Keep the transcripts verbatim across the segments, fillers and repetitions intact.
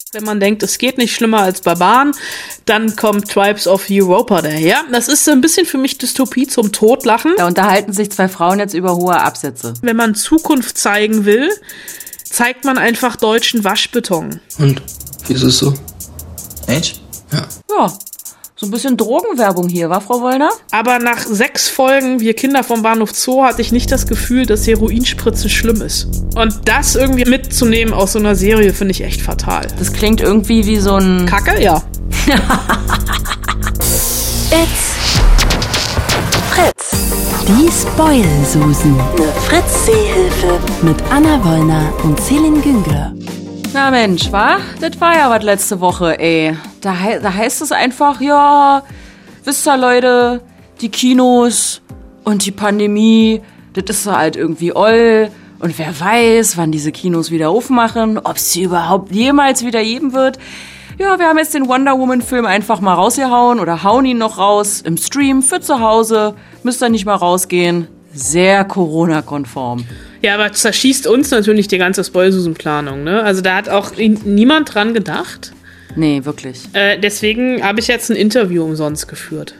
Wenn man denkt, es geht nicht schlimmer als Barbaren, dann kommt Tribes of Europa daher. Das ist so ein bisschen für mich Dystopie zum Totlachen. Da unterhalten sich zwei Frauen jetzt über hohe Absätze. Wenn man Zukunft zeigen will, zeigt man einfach deutschen Waschbeton. Und? Wie ist es so? Echt? Ja. Ja, so ein bisschen Drogenwerbung hier, wa, Frau Wollner? Aber nach sechs Folgen Wir Kinder vom Bahnhof Zoo hatte ich nicht das Gefühl, dass Heroinspritzen schlimm ist. Und das irgendwie mitzunehmen aus so einer Serie finde ich echt fatal. Das klingt irgendwie wie so ein... Kacke? Ja. It's Fritz. Die Spoil-Susen. Eine Fritz-Seehilfe. Mit Anna Wollner und Celine Güngler. Na Mensch, wa? Das war ja was letzte Woche, ey. Da, he- da heißt es einfach, ja, wisst ihr, Leute, die Kinos und die Pandemie, das ist so halt irgendwie oll. Und wer weiß, wann diese Kinos wieder aufmachen, ob es sie überhaupt jemals wieder geben wird. Ja, wir haben jetzt den Wonder Woman-Film einfach mal rausgehauen oder hauen ihn noch raus im Stream für zu Hause. Müsst ihr nicht mal rausgehen. Sehr Corona-konform. Ja, aber zerschießt uns natürlich die ganze Spoilsusen-Planung, ne? Also da hat auch niemand dran gedacht. Nee, wirklich. Äh, deswegen habe ich jetzt ein Interview umsonst geführt.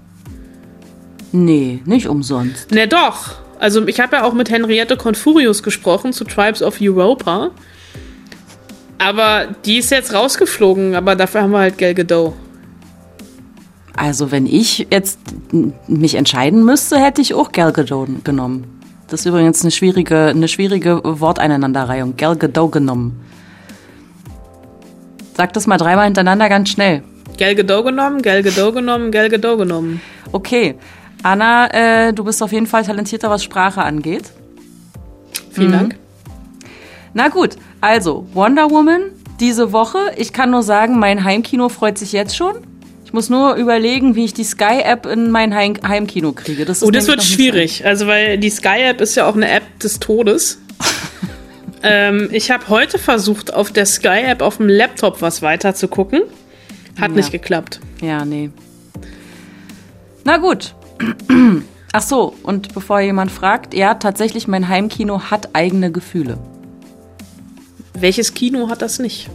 Nee, nicht umsonst. Ne, doch. Also ich habe ja auch mit Henriette Confurius gesprochen zu Tribes of Europa. Aber die ist jetzt rausgeflogen, aber dafür haben wir halt Gal Gadot. Also wenn ich jetzt mich entscheiden müsste, hätte ich auch Gal Gadot genommen. Das ist übrigens eine schwierige, eine schwierige Worteinanderreihung. Gal Gadot genommen. Sag das mal dreimal hintereinander ganz schnell. Gal Gadot genommen, Gal Gadot genommen, Gal Gadot genommen. Okay. Anna, äh, du bist auf jeden Fall talentierter, was Sprache angeht. Vielen mhm. Dank. Na gut, also Wonder Woman diese Woche. Ich kann nur sagen, mein Heimkino freut sich jetzt schon. Ich muss nur überlegen, wie ich die Sky-App in mein Heim- Heimkino kriege. Das ist oh, das wird schwierig. So. Also, weil die Sky-App ist ja auch eine App des Todes. ähm, ich habe heute versucht, auf der Sky-App auf dem Laptop was weiter zu gucken. Hat ja. nicht geklappt. Ja, nee. Na gut. Ach so, und bevor jemand fragt, ja, tatsächlich, mein Heimkino hat eigene Gefühle. Welches Kino hat das nicht?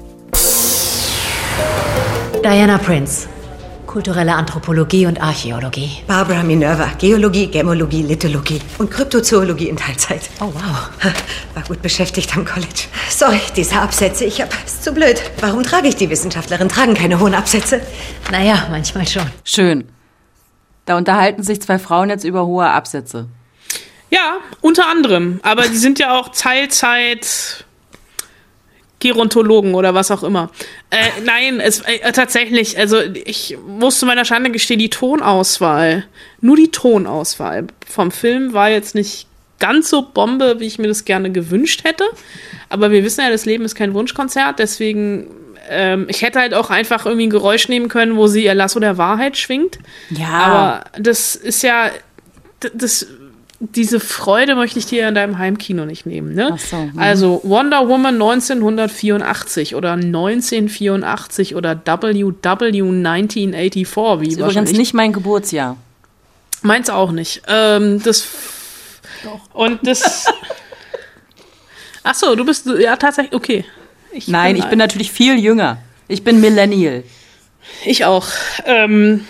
Diana Prince. Kulturelle Anthropologie und Archäologie. Barbara Minerva. Geologie, Gemmologie, Lithologie und Kryptozoologie in Teilzeit. Oh, wow. War gut beschäftigt am College. Sorry, diese Absätze. Ich hab... Ist zu blöd. Warum trage ich die? Wissenschaftlerinnen tragen keine hohen Absätze. Naja, manchmal schon. Schön. Da unterhalten sich zwei Frauen jetzt über hohe Absätze. Ja, unter anderem. Aber die sind ja auch Teilzeit... Gerontologen oder was auch immer. Äh, nein, es äh, tatsächlich, also ich musste meiner Schande gestehen, die Tonauswahl, nur die Tonauswahl vom Film war jetzt nicht ganz so Bombe, wie ich mir das gerne gewünscht hätte. Aber wir wissen ja, das Leben ist kein Wunschkonzert, deswegen, ähm, ich hätte halt auch einfach irgendwie ein Geräusch nehmen können, wo sie ihr Lasso der Wahrheit schwingt. Ja. Aber das ist ja, das... Diese Freude möchte ich dir in deinem Heimkino nicht nehmen, ne? Ach so, mhm. Also Wonder Woman neunzehnhundertvierundachtzig oder neunzehnhundertvierundachtzig oder W W neunzehnhundervierundachtzig, wie das ist übrigens nicht mein Geburtsjahr. Meins auch nicht. Ähm, das Doch. Und das Ach so, du bist ja tatsächlich okay. Ich Nein, bin ich bin natürlich viel jünger. Ich bin Millennial. Ich auch. Ähm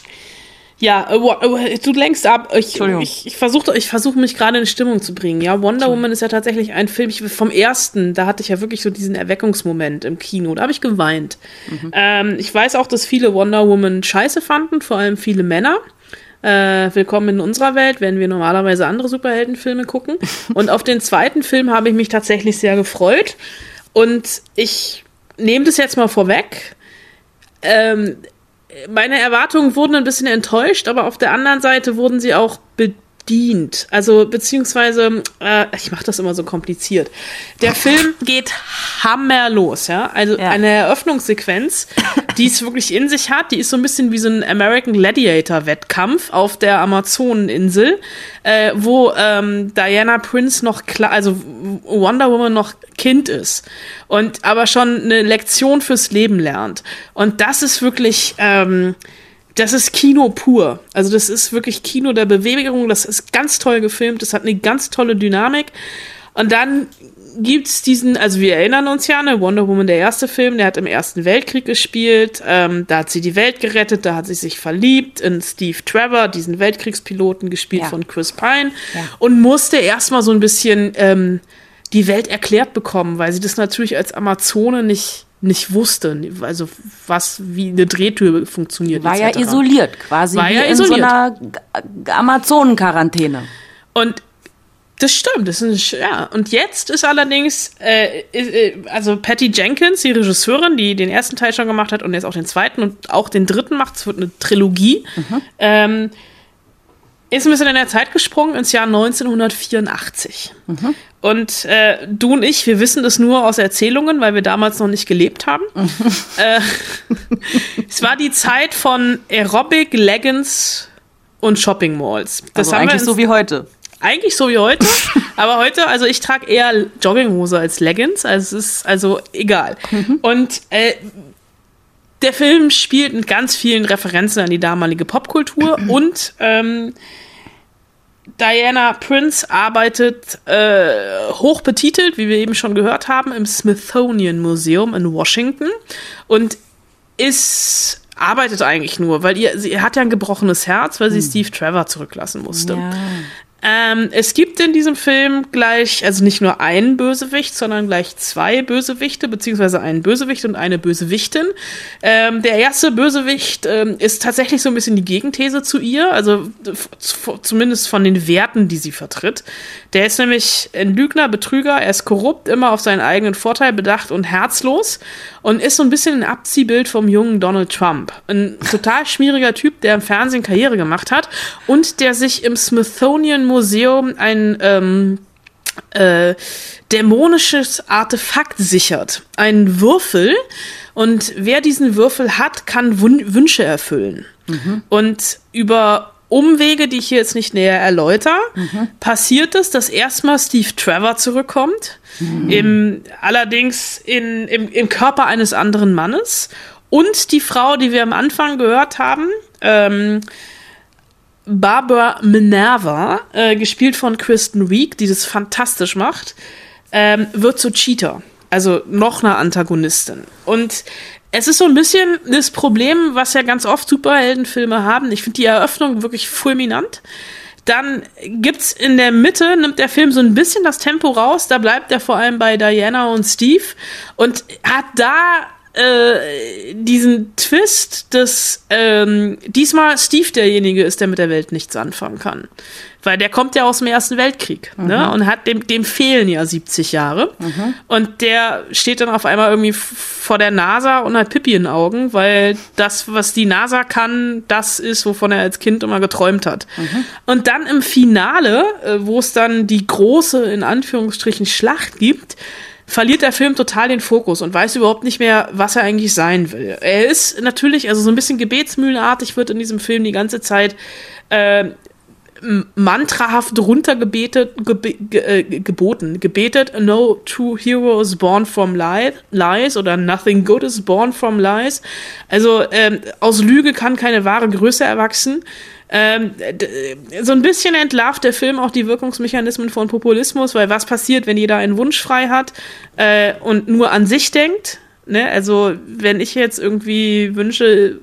Ja, du lenkst ab. Ich, ich, ich versuche ich versuch mich gerade in Stimmung zu bringen. Ja, Wonder Woman ist ja tatsächlich ein Film, ich, vom ersten, da hatte ich ja wirklich so diesen Erweckungsmoment im Kino. Da habe ich geweint. Mhm. Ähm, ich weiß auch, dass viele Wonder Woman scheiße fanden, vor allem viele Männer. Äh, willkommen in unserer Welt, wenn wir normalerweise andere Superheldenfilme gucken. Und auf den zweiten Film habe ich mich tatsächlich sehr gefreut. Und ich nehme das jetzt mal vorweg. Ähm, Meine Erwartungen wurden ein bisschen enttäuscht, aber auf der anderen Seite wurden sie auch bedient. Also, beziehungsweise, äh, ich mache das immer so kompliziert. Der Film geht hammerlos, ja. Also ja. Eine Eröffnungssequenz, die es wirklich in sich hat, die ist so ein bisschen wie so ein American Gladiator-Wettkampf auf der Amazoneninsel, äh, wo ähm, Diana Prince noch, klar, also Wonder Woman noch Kind ist und aber schon eine Lektion fürs Leben lernt. Und das ist wirklich, ähm, das ist Kino pur. Also das ist wirklich Kino der Bewegung, das ist ganz toll gefilmt, das hat eine ganz tolle Dynamik. Und dann gibt's diesen, also wir erinnern uns ja, ne, Wonder Woman, der erste Film, der hat im Ersten Weltkrieg gespielt, ähm, da hat sie die Welt gerettet, da hat sie sich verliebt in Steve Trevor, diesen Weltkriegspiloten, gespielt ja. von Chris Pine, ja. und musste erstmal so ein bisschen ähm, die Welt erklärt bekommen, weil sie das natürlich als Amazone nicht nicht wusste, also was, wie eine Drehtür funktioniert. War et cetera. Ja isoliert, quasi War wie ja in isoliert. so einer Amazonen-Quarantäne. Und das stimmt, das ist, ja. Und jetzt ist allerdings, äh, äh, also Patty Jenkins, die Regisseurin, die den ersten Teil schon gemacht hat und jetzt auch den zweiten und auch den dritten macht, es wird eine Trilogie, mhm. ähm, ist ein bisschen in der Zeit gesprungen ins Jahr neunzehnhundertvierundachtzig. Mhm. Und äh, du und ich, wir wissen das nur aus Erzählungen, weil wir damals noch nicht gelebt haben. Mhm. Äh, es war die Zeit von Aerobic, Leggings und Shopping Malls. Das also haben eigentlich wir so wie heute. Eigentlich so wie heute, aber heute, also ich trage eher Jogginghose als Leggings, also es ist also egal. Mhm. Und äh, der Film spielt mit ganz vielen Referenzen an die damalige Popkultur und ähm, Diana Prince arbeitet äh, hoch betitelt, wie wir eben schon gehört haben, im Smithsonian Museum in Washington und ist arbeitet eigentlich nur, weil ihr, sie hat ja ein gebrochenes Herz, weil sie hm. Steve Trevor zurücklassen musste. Ja. Ähm, es gibt in diesem Film gleich, also nicht nur einen Bösewicht, sondern gleich zwei Bösewichte, beziehungsweise einen Bösewicht und eine Bösewichtin. Ähm, der erste Bösewicht ähm, ist tatsächlich so ein bisschen die Gegenthese zu ihr, also f- zumindest von den Werten, die sie vertritt. Der ist nämlich ein Lügner, Betrüger, er ist korrupt, immer auf seinen eigenen Vorteil bedacht und herzlos und ist so ein bisschen ein Abziehbild vom jungen Donald Trump. Ein total schmieriger Typ, der im Fernsehen Karriere gemacht hat und der sich im Smithsonian Museum ein ähm, äh, dämonisches Artefakt sichert. Ein Würfel. Und wer diesen Würfel hat, kann Wun- Wünsche erfüllen. Mhm. Und über Umwege, die ich hier jetzt nicht näher erläutere, mhm. passiert es, dass erstmal Steve Trevor zurückkommt. Mhm. Im, allerdings in, im, im Körper eines anderen Mannes. Und die Frau, die wir am Anfang gehört haben, ähm, Barbara Minerva, äh, gespielt von Kristen Wiig, die das fantastisch macht, ähm, wird zu Cheetah, also noch eine Antagonistin. Und es ist so ein bisschen das Problem, was ja ganz oft Superheldenfilme haben. Ich finde die Eröffnung wirklich fulminant. Dann gibt's in der Mitte, nimmt der Film so ein bisschen das Tempo raus, da bleibt er vor allem bei Diana und Steve und hat da Äh, diesen Twist, dass ähm, diesmal Steve derjenige ist, der mit der Welt nichts anfangen kann. Weil der kommt ja aus dem Ersten Weltkrieg, mhm. ne? Und hat dem, dem fehlen ja siebzig Jahre. Mhm. Und der steht dann auf einmal irgendwie vor der NASA und hat Pippi in den Augen, weil das, was die NASA kann, das ist, wovon er als Kind immer geträumt hat. Mhm. Und dann im Finale, äh, wo es dann die große, in Anführungsstrichen, Schlacht gibt, verliert der Film total den Fokus und weiß überhaupt nicht mehr, was er eigentlich sein will. Er ist natürlich, also so ein bisschen gebetsmühlenartig wird in diesem Film die ganze Zeit äh, mantrahaft runtergebetet, gebe, ge, äh, geboten, gebetet, no true hero is born from li- lies oder nothing good is born from lies. Also ähm, aus Lüge kann keine wahre Größe erwachsen. Ähm, d- so ein bisschen entlarvt der Film auch die Wirkungsmechanismen von Populismus, weil was passiert, wenn jeder einen Wunsch frei hat äh, und nur an sich denkt, ne? Also wenn ich jetzt irgendwie wünsche,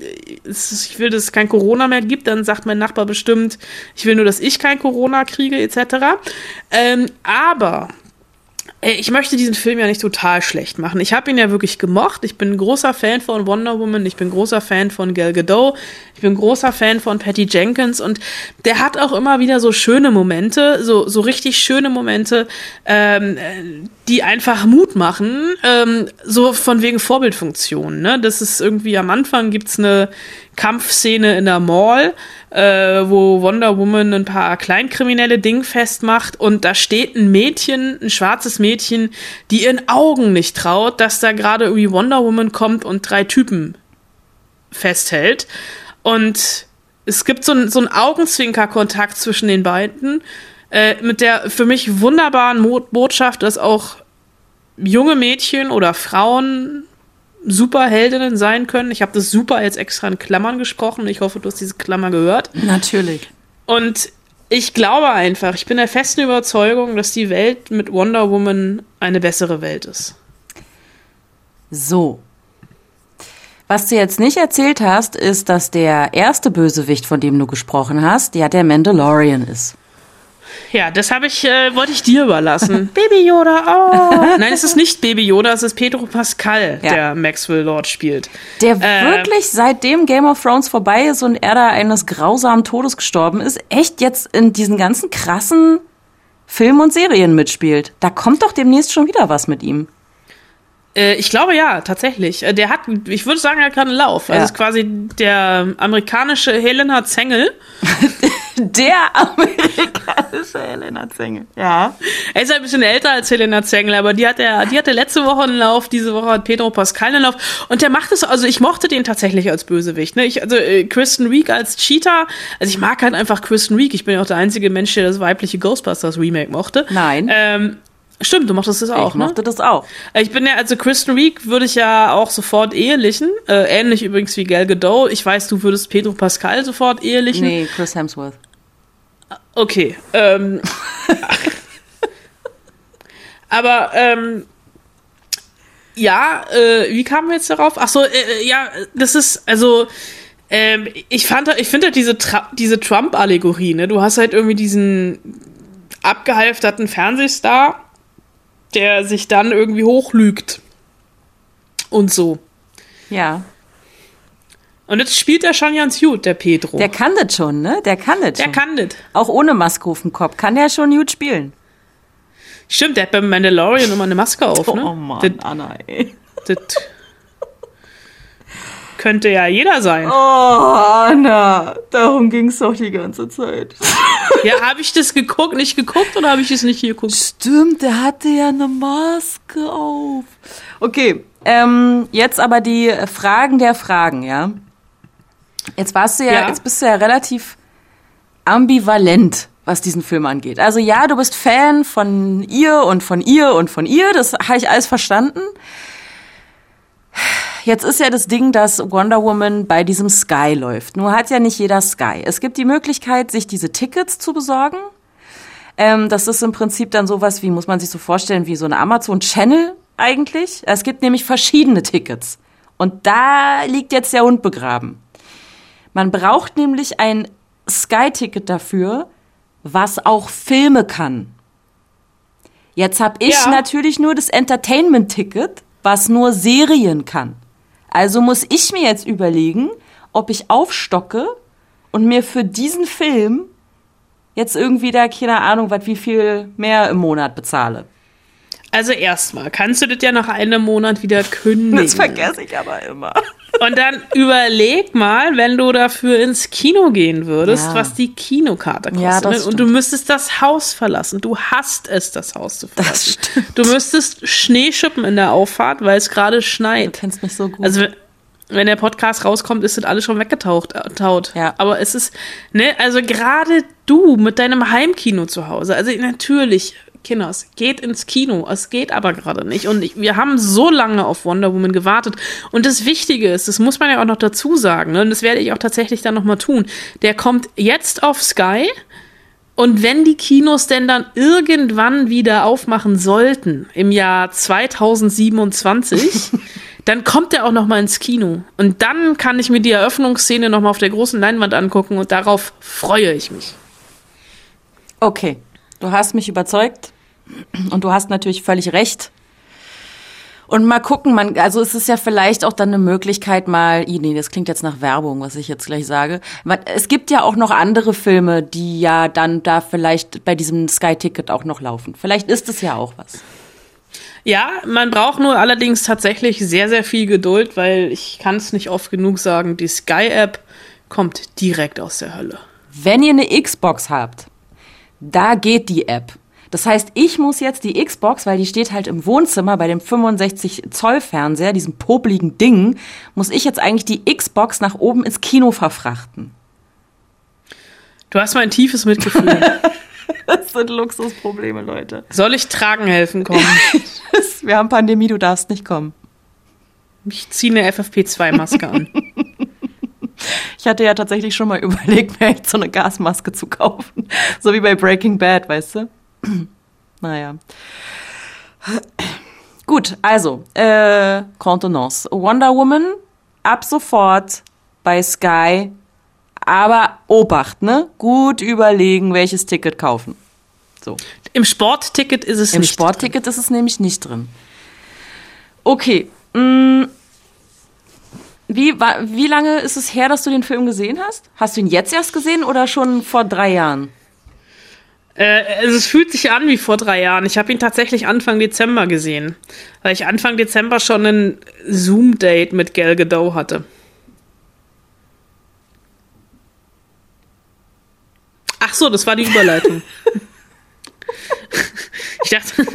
ich will, dass es kein Corona mehr gibt, dann sagt mein Nachbar bestimmt, ich will nur, dass ich kein Corona kriege, et cetera. Ähm, aber ich möchte diesen Film ja nicht total schlecht machen. Ich habe ihn ja wirklich gemocht. Ich bin ein großer Fan von Wonder Woman. Ich bin ein großer Fan von Gal Gadot. Ich bin ein großer Fan von Patty Jenkins. Und der hat auch immer wieder so schöne Momente, so, so richtig schöne Momente, ähm, die einfach Mut machen. Ähm, so von wegen Vorbildfunktion. Ne? Das ist irgendwie am Anfang gibt's eine Kampfszene in der Mall, äh, wo Wonder Woman ein paar Kleinkriminelle dingfest macht und da steht ein Mädchen, ein schwarzes Mädchen, die ihren Augen nicht traut, dass da gerade irgendwie Wonder Woman kommt und drei Typen festhält. Und es gibt so, ein, so einen Augenzwinker-Kontakt zwischen den beiden, äh, mit der für mich wunderbaren Mo- Botschaft, dass auch junge Mädchen oder Frauen Superheldinnen sein können. Ich habe das super jetzt extra in Klammern gesprochen. Ich hoffe, du hast diese Klammer gehört. Natürlich. Und Ich glaube einfach, ich bin der festen Überzeugung, dass die Welt mit Wonder Woman eine bessere Welt ist. So. Was du jetzt nicht erzählt hast, ist, dass der erste Bösewicht, von dem du gesprochen hast, ja der Mandalorian ist. Ja, das habe ich, äh, wollte ich dir überlassen. Baby Yoda, oh. Nein, es ist nicht Baby Yoda, es ist Pedro Pascal, ja. der Maxwell Lord spielt. Der äh, wirklich, seitdem Game of Thrones vorbei ist und er da eines grausamen Todes gestorben ist, echt jetzt in diesen ganzen krassen Filmen und Serien mitspielt. Da kommt doch demnächst schon wieder was mit ihm. Äh, ich glaube ja, tatsächlich. Der hat, ich würde sagen, er hat gerade einen Lauf. Ja. Also ist quasi der amerikanische Helena Zengel. Der amerikanische Helena Zengel, ja. Er ist ein bisschen älter als Helena Zengel, aber die hat er, die hatte letzte Woche einen Lauf, diese Woche hat Pedro Pascal einen Lauf. Und der macht es, also ich mochte den tatsächlich als Bösewicht. Ne? Ich, also äh, Kristen Wiig als Cheetah, also ich mag halt einfach Kristen Wiig. Ich bin ja auch der einzige Mensch, der das weibliche Ghostbusters Remake mochte. Nein. Ähm, Stimmt, du mochtest das auch, ich ne? Ich mochte das auch. Ich bin ja, also Kristen Wiig würde ich ja auch sofort ehelichen. Äh, ähnlich übrigens wie Gal Gadot. Ich weiß, du würdest Pedro Pascal sofort ehelichen. Nee, Chris Hemsworth. Okay. Ähm, aber, ähm, ja, äh, wie kamen wir jetzt darauf? Ach so, äh, ja, das ist, also, ähm, ich fand, ich finde halt diese, Tra- diese Trump-Allegorie, ne? Du hast halt irgendwie diesen abgehalfterten Fernsehstar, der sich dann irgendwie hochlügt. Und so. Ja. Und jetzt spielt er schon ganz gut, der Pedro. Der kann das schon, ne? Der kann das Der schon. kann das. Auch ohne Maske auf dem Kopf kann der schon gut spielen. Stimmt, der hat beim Mandalorian immer eine Maske auf, ne? Oh Mann, das, Anna, ey. Das könnte ja jeder sein. Oh, Anna, darum ging's doch die ganze Zeit. Ja, habe ich das geguckt, nicht geguckt oder habe ich es nicht geguckt? Stimmt, der hatte ja eine Maske auf. Okay, ähm, jetzt aber die Fragen der Fragen, ja? Jetzt warst du ja, ja, jetzt bist du ja relativ ambivalent, was diesen Film angeht. Also ja, du bist Fan von ihr und von ihr und von ihr, das habe ich alles verstanden. Jetzt ist ja das Ding, dass Wonder Woman bei diesem Sky läuft. Nur hat ja nicht jeder Sky. Es gibt die Möglichkeit, sich diese Tickets zu besorgen. Ähm, das ist im Prinzip dann sowas wie, muss man sich so vorstellen, wie so eine Amazon-Channel eigentlich. Es gibt nämlich verschiedene Tickets. Und da liegt jetzt der Hund begraben. Man braucht nämlich ein Sky-Ticket dafür, was auch Filme kann. Jetzt habe ich ja. natürlich nur das Entertainment-Ticket, was nur Serien kann. Also muss ich mir jetzt überlegen, ob ich aufstocke und mir für diesen Film jetzt irgendwie da, keine Ahnung, was wie viel mehr im Monat bezahle. Also erstmal, kannst du das ja nach einem Monat wieder kündigen. Das vergesse ich aber immer. Und dann überleg mal, wenn du dafür ins Kino gehen würdest, ja. was die Kinokarte kostet. Ja, das und du müsstest das Haus verlassen. Du hasst es, das Haus zu verlassen. Das stimmt. Du müsstest Schnee schippen in der Auffahrt, weil es gerade schneit. Du kennst mich so gut. Also wenn der Podcast rauskommt, ist das alles schon weggetaucht. Äh, taut. Ja. Aber es ist, ne, also gerade du mit deinem Heimkino zu Hause, also natürlich, Kinders, geht ins Kino. Es geht aber gerade nicht. Und ich, wir haben so lange auf Wonder Woman gewartet. Und das Wichtige ist, das muss man ja auch noch dazu sagen, ne, und das werde ich auch tatsächlich dann nochmal tun, der kommt jetzt auf Sky. Und wenn die Kinos denn dann irgendwann wieder aufmachen sollten, im Jahr zweitausendsiebenundzwanzig, dann kommt er auch noch mal ins Kino. Und dann kann ich mir die Eröffnungsszene noch mal auf der großen Leinwand angucken und darauf freue ich mich. Okay, du hast mich überzeugt und du hast natürlich völlig recht. Und mal gucken, man, also es ist ja vielleicht auch dann eine Möglichkeit mal, nee, das klingt jetzt nach Werbung, was ich jetzt gleich sage. Es gibt ja auch noch andere Filme, die ja dann da vielleicht bei diesem Sky-Ticket auch noch laufen. Vielleicht ist es ja auch was. Ja, man braucht nur allerdings tatsächlich sehr, sehr viel Geduld, weil ich kann es nicht oft genug sagen, die Sky-App kommt direkt aus der Hölle. Wenn ihr eine Xbox habt, da geht die App. Das heißt, ich muss jetzt die Xbox, weil die steht halt im Wohnzimmer bei dem fünfundsechzig Zoll Fernseher, diesem popligen Ding, muss ich jetzt eigentlich die Xbox nach oben ins Kino verfrachten. Du hast mein tiefes Mitgefühl. Das sind Luxusprobleme, Leute. Soll ich tragen helfen kommen? Wir haben Pandemie, du darfst nicht kommen. Ich ziehe eine F F P zwei Maske an. Ich hatte ja tatsächlich schon mal überlegt, mir echt so eine Gasmaske zu kaufen. So wie bei Breaking Bad, weißt du? Naja. Gut, also, äh, Contenance. Wonder Woman ab sofort bei Sky. Aber Obacht, ne? Gut überlegen, welches Ticket kaufen. So. Im Sportticket ist es Im nicht Im Sportticket drin. Ist es nämlich nicht drin. Okay. Mh, wie, wa, wie lange ist es her, dass du den Film gesehen hast? Hast du ihn jetzt erst gesehen oder schon vor drei Jahren? Äh, also es fühlt sich an wie vor drei Jahren. Ich habe ihn tatsächlich Anfang Dezember gesehen, weil ich Anfang Dezember schon ein Zoom-Date mit Gal Gadot hatte. Ach so, das war die Überleitung. Ich dachte,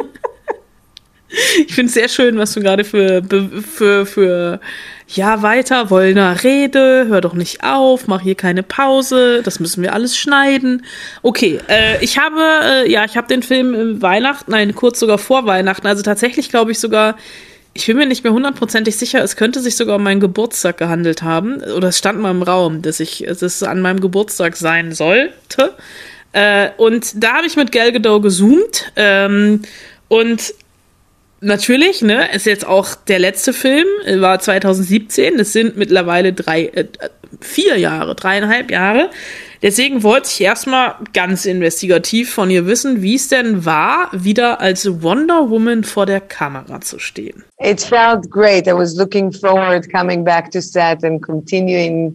ich finde es sehr schön, was du gerade für, für, für, ja, weiter, Wollner Rede, hör doch nicht auf, mach hier keine Pause, das müssen wir alles schneiden. Okay, äh, ich habe, äh, ja, ich habe den Film im Weihnachten, nein, kurz sogar vor Weihnachten, also tatsächlich glaube ich sogar, ich bin mir nicht mehr hundertprozentig sicher, es könnte sich sogar um meinen Geburtstag gehandelt haben, oder es stand mal im Raum, dass ich, dass es an meinem Geburtstag sein sollte. Äh, und da habe ich mit Gal Gadot gezoomt, ähm, und natürlich, ne, ist jetzt auch der letzte Film, war zwanzig siebzehn, es sind mittlerweile drei, äh, vier Jahre, dreieinhalb Jahre. Deswegen wollte ich erstmal ganz investigativ von ihr wissen, wie es denn war, wieder als Wonder Woman vor der Kamera zu stehen. It felt great. I was looking forward coming back to set and continuing,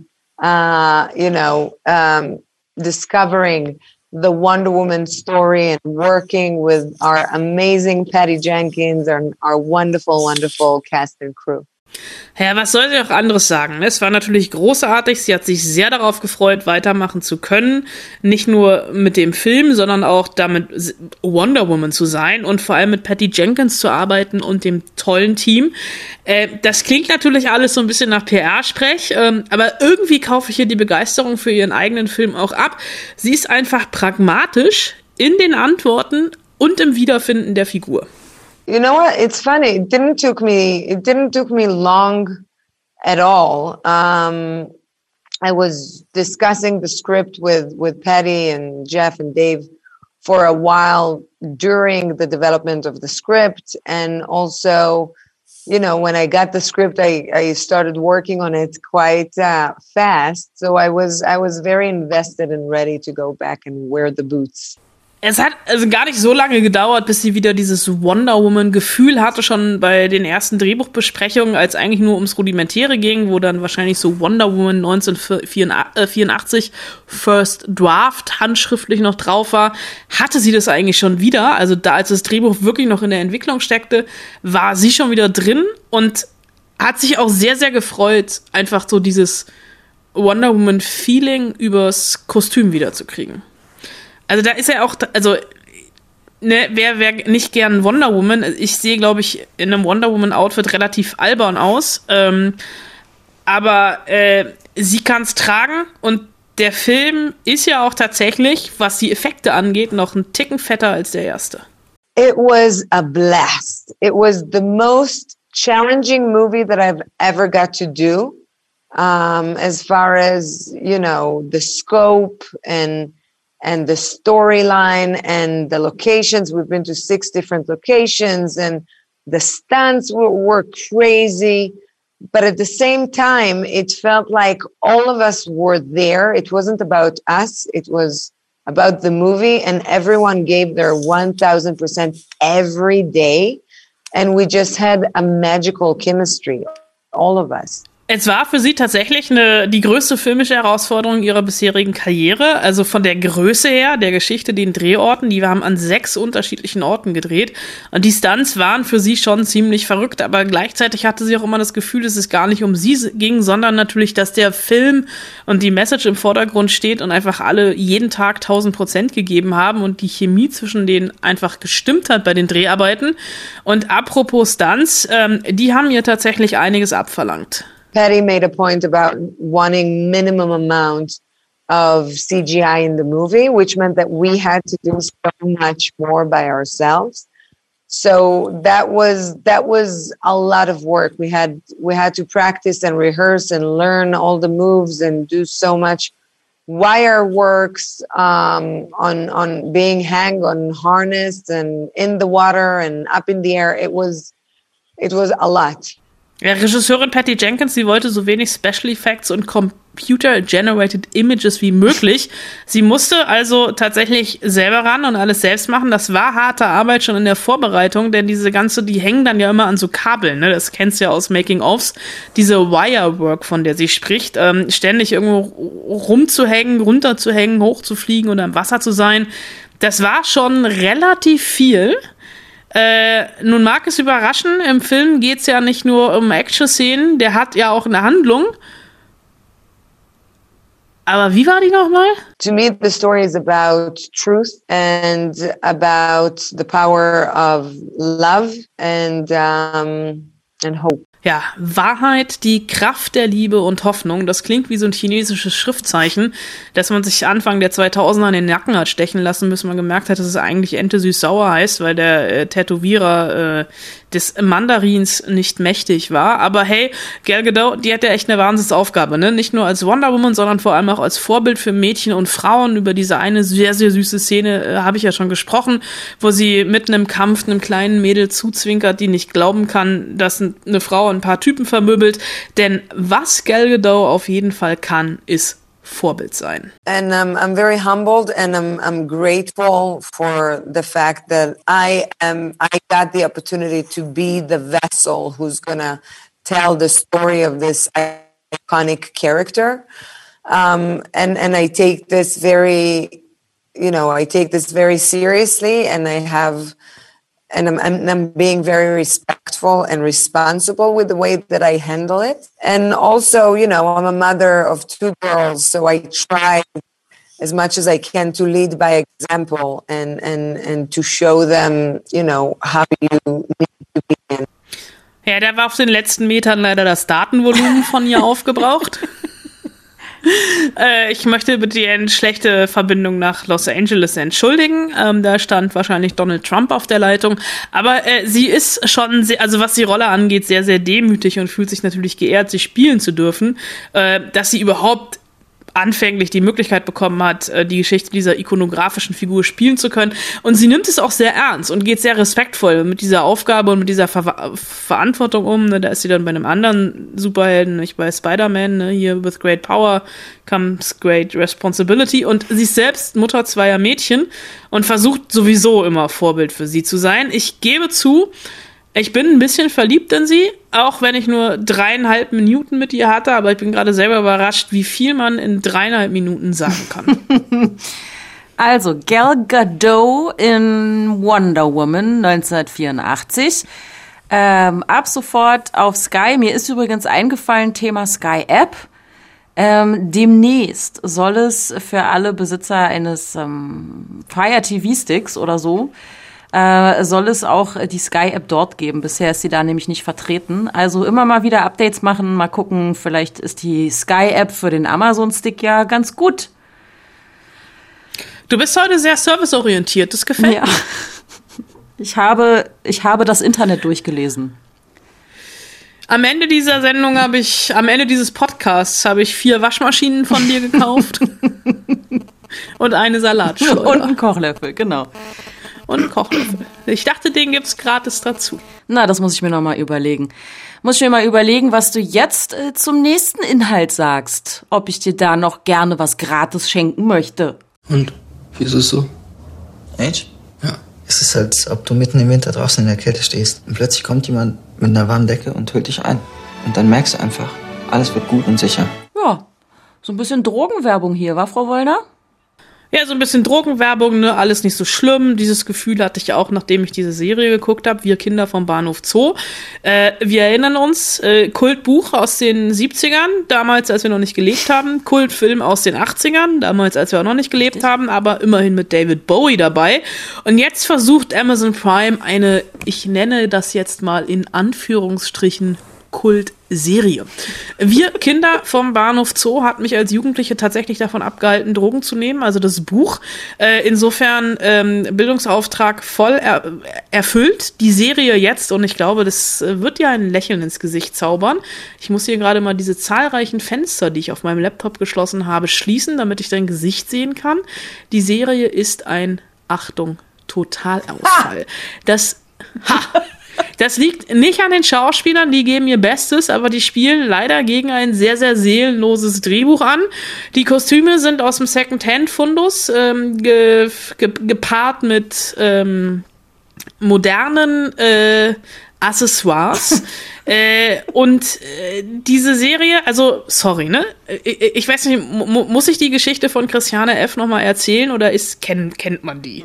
uh, you know, um, discovering the Wonder Woman story and working with our amazing Patty Jenkins and our wonderful, wonderful cast and crew. Ja, was soll sie auch anderes sagen? Es war natürlich großartig. Sie hat sich sehr darauf gefreut, weitermachen zu können. Nicht nur mit dem Film, sondern auch damit Wonder Woman zu sein und vor allem mit Patty Jenkins zu arbeiten und dem tollen Team. Äh, das klingt natürlich alles so ein bisschen nach P R-Sprech, ähm, aber irgendwie kaufe ich ihr die Begeisterung für ihren eigenen Film auch ab. Sie ist einfach pragmatisch in den Antworten und im Wiederfinden der Figur. You know what? It's funny. It didn't took me. It didn't took me long at all. Um, I was discussing the script with with Patty and Jeff and Dave for a while during the development of the script, and also, you know, when I got the script, I I started working on it quite uh, fast. So I was I was very invested and ready to go back and wear the boots. Es hat also gar nicht so lange gedauert, bis sie wieder dieses Wonder Woman-Gefühl hatte, schon bei den ersten Drehbuchbesprechungen, als eigentlich nur ums Rudimentäre ging, wo dann wahrscheinlich so Wonder Woman neunzehnhundertvierundachtzig First Draft handschriftlich noch drauf war, hatte sie das eigentlich schon wieder. Also da, als das Drehbuch wirklich noch in der Entwicklung steckte, war sie schon wieder drin und hat sich auch sehr, sehr gefreut, einfach so dieses Wonder Woman-Feeling übers Kostüm wiederzukriegen. Also da ist ja auch, also, ne, wer, wer nicht gern Wonder Woman, ich sehe, glaube ich, in einem Wonder Woman-Outfit relativ albern aus, ähm, aber äh, sie kann es tragen und der Film ist ja auch tatsächlich, was die Effekte angeht, noch einen Ticken fetter als der erste. It was a blast. It was the most challenging movie that I've ever got to do, um, as far as, you know, the scope and and the storyline and the locations. We've been to six different locations and the stunts were, were crazy. But at the same time, it felt like all of us were there. It wasn't about us. It was about the movie, and everyone gave their one thousand percent every day. And we just had a magical chemistry, all of us. Es war für sie tatsächlich eine, die größte filmische Herausforderung ihrer bisherigen Karriere. Also von der Größe her, der Geschichte, den Drehorten. Die haben an sechs unterschiedlichen Orten gedreht. Und die Stunts waren für sie schon ziemlich verrückt. Aber gleichzeitig hatte sie auch immer das Gefühl, dass es gar nicht um sie ging, sondern natürlich, dass der Film und die Message im Vordergrund steht und einfach alle jeden Tag tausend Prozent gegeben haben und die Chemie zwischen denen einfach gestimmt hat bei den Dreharbeiten. Und apropos Stunts, ähm, die haben ihr tatsächlich einiges abverlangt. Patty made a point about wanting minimum amount of C G I in the movie, which meant that we had to do so much more by ourselves. So that was that was a lot of work. We had we had to practice and rehearse and learn all the moves and do so much wire works um, on on being hang on harnessed and in the water and up in the air. It was it was a lot. Ja, Regisseurin Patty Jenkins, sie wollte so wenig Special Effects und Computer-Generated Images wie möglich. Sie musste also tatsächlich selber ran und alles selbst machen. Das war harte Arbeit schon in der Vorbereitung, denn diese ganze, die hängen dann ja immer an so Kabeln, ne? Das kennst du ja aus Making-ofs. Diese Wire-Work, von der sie spricht, ähm, ständig irgendwo rumzuhängen, runterzuhängen, hochzufliegen oder im Wasser zu sein. Das war schon relativ viel. Äh, nun mag es überraschen, im Film geht es ja nicht nur um Action-Szenen, der hat ja auch eine Handlung. Aber wie war die nochmal? To me, the story is about truth and about the power of love and um, and hope. Ja, Wahrheit, die Kraft der Liebe und Hoffnung. Das klingt wie so ein chinesisches Schriftzeichen, das man sich Anfang der zweitausender an den Nacken hat stechen lassen, bis man gemerkt hat, dass es eigentlich Ente süß-sauer heißt, weil der äh, Tätowierer äh, des Mandarins nicht mächtig war. Aber hey, Gal Gadot, die hat ja echt eine Wahnsinnsaufgabe, ne? Nicht nur als Wonder Woman, sondern vor allem auch als Vorbild für Mädchen und Frauen. Über diese eine sehr, sehr süße Szene äh, habe ich ja schon gesprochen, wo sie mitten im Kampf einem kleinen Mädel zuzwinkert, die nicht glauben kann, dass eine Frau ein paar Typen vermöbelt. Denn was Gal Gadot auf jeden Fall kann, ist Vorbild sein. And um, I'm very humbled and I'm, I'm grateful for the fact that I am, I got the opportunity to be the vessel who's gonna tell the story of this iconic character. Um, and, and I take this very, you know, I take this very seriously and I have, and I'm, I'm, I'm being very respectful and responsible with the way that I handle it. And also, you know, I'm a mother of two girls, so I try as much as I can to lead by example and, and, and to show them, you know, how you need to be in. Ja, da war auf den letzten Metern leider das Datenvolumen von ihr aufgebraucht. Äh, ich möchte bitte die schlechte Verbindung nach Los Angeles entschuldigen. Ähm, da stand wahrscheinlich Donald Trump auf der Leitung. Aber äh, sie ist schon, sehr, also was die Rolle angeht, sehr, sehr demütig und fühlt sich natürlich geehrt, sie spielen zu dürfen. Äh, dass sie überhaupt anfänglich die Möglichkeit bekommen hat, die Geschichte dieser ikonografischen Figur spielen zu können. Und sie nimmt es auch sehr ernst und geht sehr respektvoll mit dieser Aufgabe und mit dieser Ver- Verantwortung um. Da ist sie dann bei einem anderen Superhelden, nicht bei Spider-Man, ne? Hier with great power comes great responsibility. Und sie ist selbst Mutter zweier Mädchen und versucht sowieso immer Vorbild für sie zu sein. Ich gebe zu, ich bin ein bisschen verliebt in sie, auch wenn ich nur dreieinhalb Minuten mit ihr hatte, aber ich bin gerade selber überrascht, wie viel man in dreieinhalb Minuten sagen kann. Also, Gal Gadot in Wonder Woman neunzehnhundertvierundachtzig. Ähm, ab sofort auf Sky. Mir ist übrigens eingefallen, Thema Sky-App. Ähm, demnächst soll es für alle Besitzer eines ähm, Fire T V-Sticks oder so Äh, soll es auch die Sky-App dort geben. Bisher ist sie da nämlich nicht vertreten. Also immer mal wieder Updates machen, mal gucken, vielleicht ist die Sky-App für den Amazon-Stick ja ganz gut. Du bist heute sehr serviceorientiert, das gefällt ja. mir. Ich habe, ich habe das Internet durchgelesen. Am Ende dieser Sendung habe ich, am Ende dieses Podcasts habe ich vier Waschmaschinen von dir gekauft. Und eine Salatschleuder. Und einen Kochlöffel, genau. Und einen Kochlöffel. Ich dachte, den gibt's gratis dazu. Na, das muss ich mir noch mal überlegen. Muss ich mir mal überlegen, was du jetzt äh, zum nächsten Inhalt sagst. Ob ich dir da noch gerne was gratis schenken möchte. Und? Wie ist es so? Echt? Ja. Es ist, als ob du mitten im Winter draußen in der Kälte stehst. Und plötzlich kommt jemand mit einer warmen Decke und hüllt dich ein. Und dann merkst du einfach, alles wird gut und sicher. Ja, so ein bisschen Drogenwerbung hier, wa, Frau Wollner? Ja, so ein bisschen Drogenwerbung, ne, alles nicht so schlimm. Dieses Gefühl hatte ich auch, nachdem ich diese Serie geguckt habe, Wir Kinder vom Bahnhof Zoo. Äh, wir erinnern uns, äh, Kultbuch aus den siebzigern, damals, als wir noch nicht gelebt haben. Kultfilm aus den achtzigern, damals, als wir auch noch nicht gelebt haben, aber immerhin mit David Bowie dabei. Und jetzt versucht Amazon Prime eine, ich nenne das jetzt mal in Anführungsstrichen, Kultserie. Wir Kinder vom Bahnhof Zoo hat mich als Jugendliche tatsächlich davon abgehalten, Drogen zu nehmen, also das Buch. Äh, insofern ähm, Bildungsauftrag voll er- erfüllt. Die Serie jetzt, und ich glaube, das wird ja ein Lächeln ins Gesicht zaubern. Ich muss hier gerade mal diese zahlreichen Fenster, die ich auf meinem Laptop geschlossen habe, schließen, damit ich dein Gesicht sehen kann. Die Serie ist ein, Achtung, Totalausfall. Ha! Das, ha! Das liegt nicht an den Schauspielern, die geben ihr Bestes, aber die spielen leider gegen ein sehr, sehr seelenloses Drehbuch an. Die Kostüme sind aus dem Second-Hand-Fundus, ähm, ge- ge- gepaart mit ähm, modernen äh, Accessoires. äh, und äh, diese Serie, also, sorry, ne? Ich, ich weiß nicht, mu- muss ich die Geschichte von Christiane F. nochmal erzählen oder ist, kennt, kennt man die?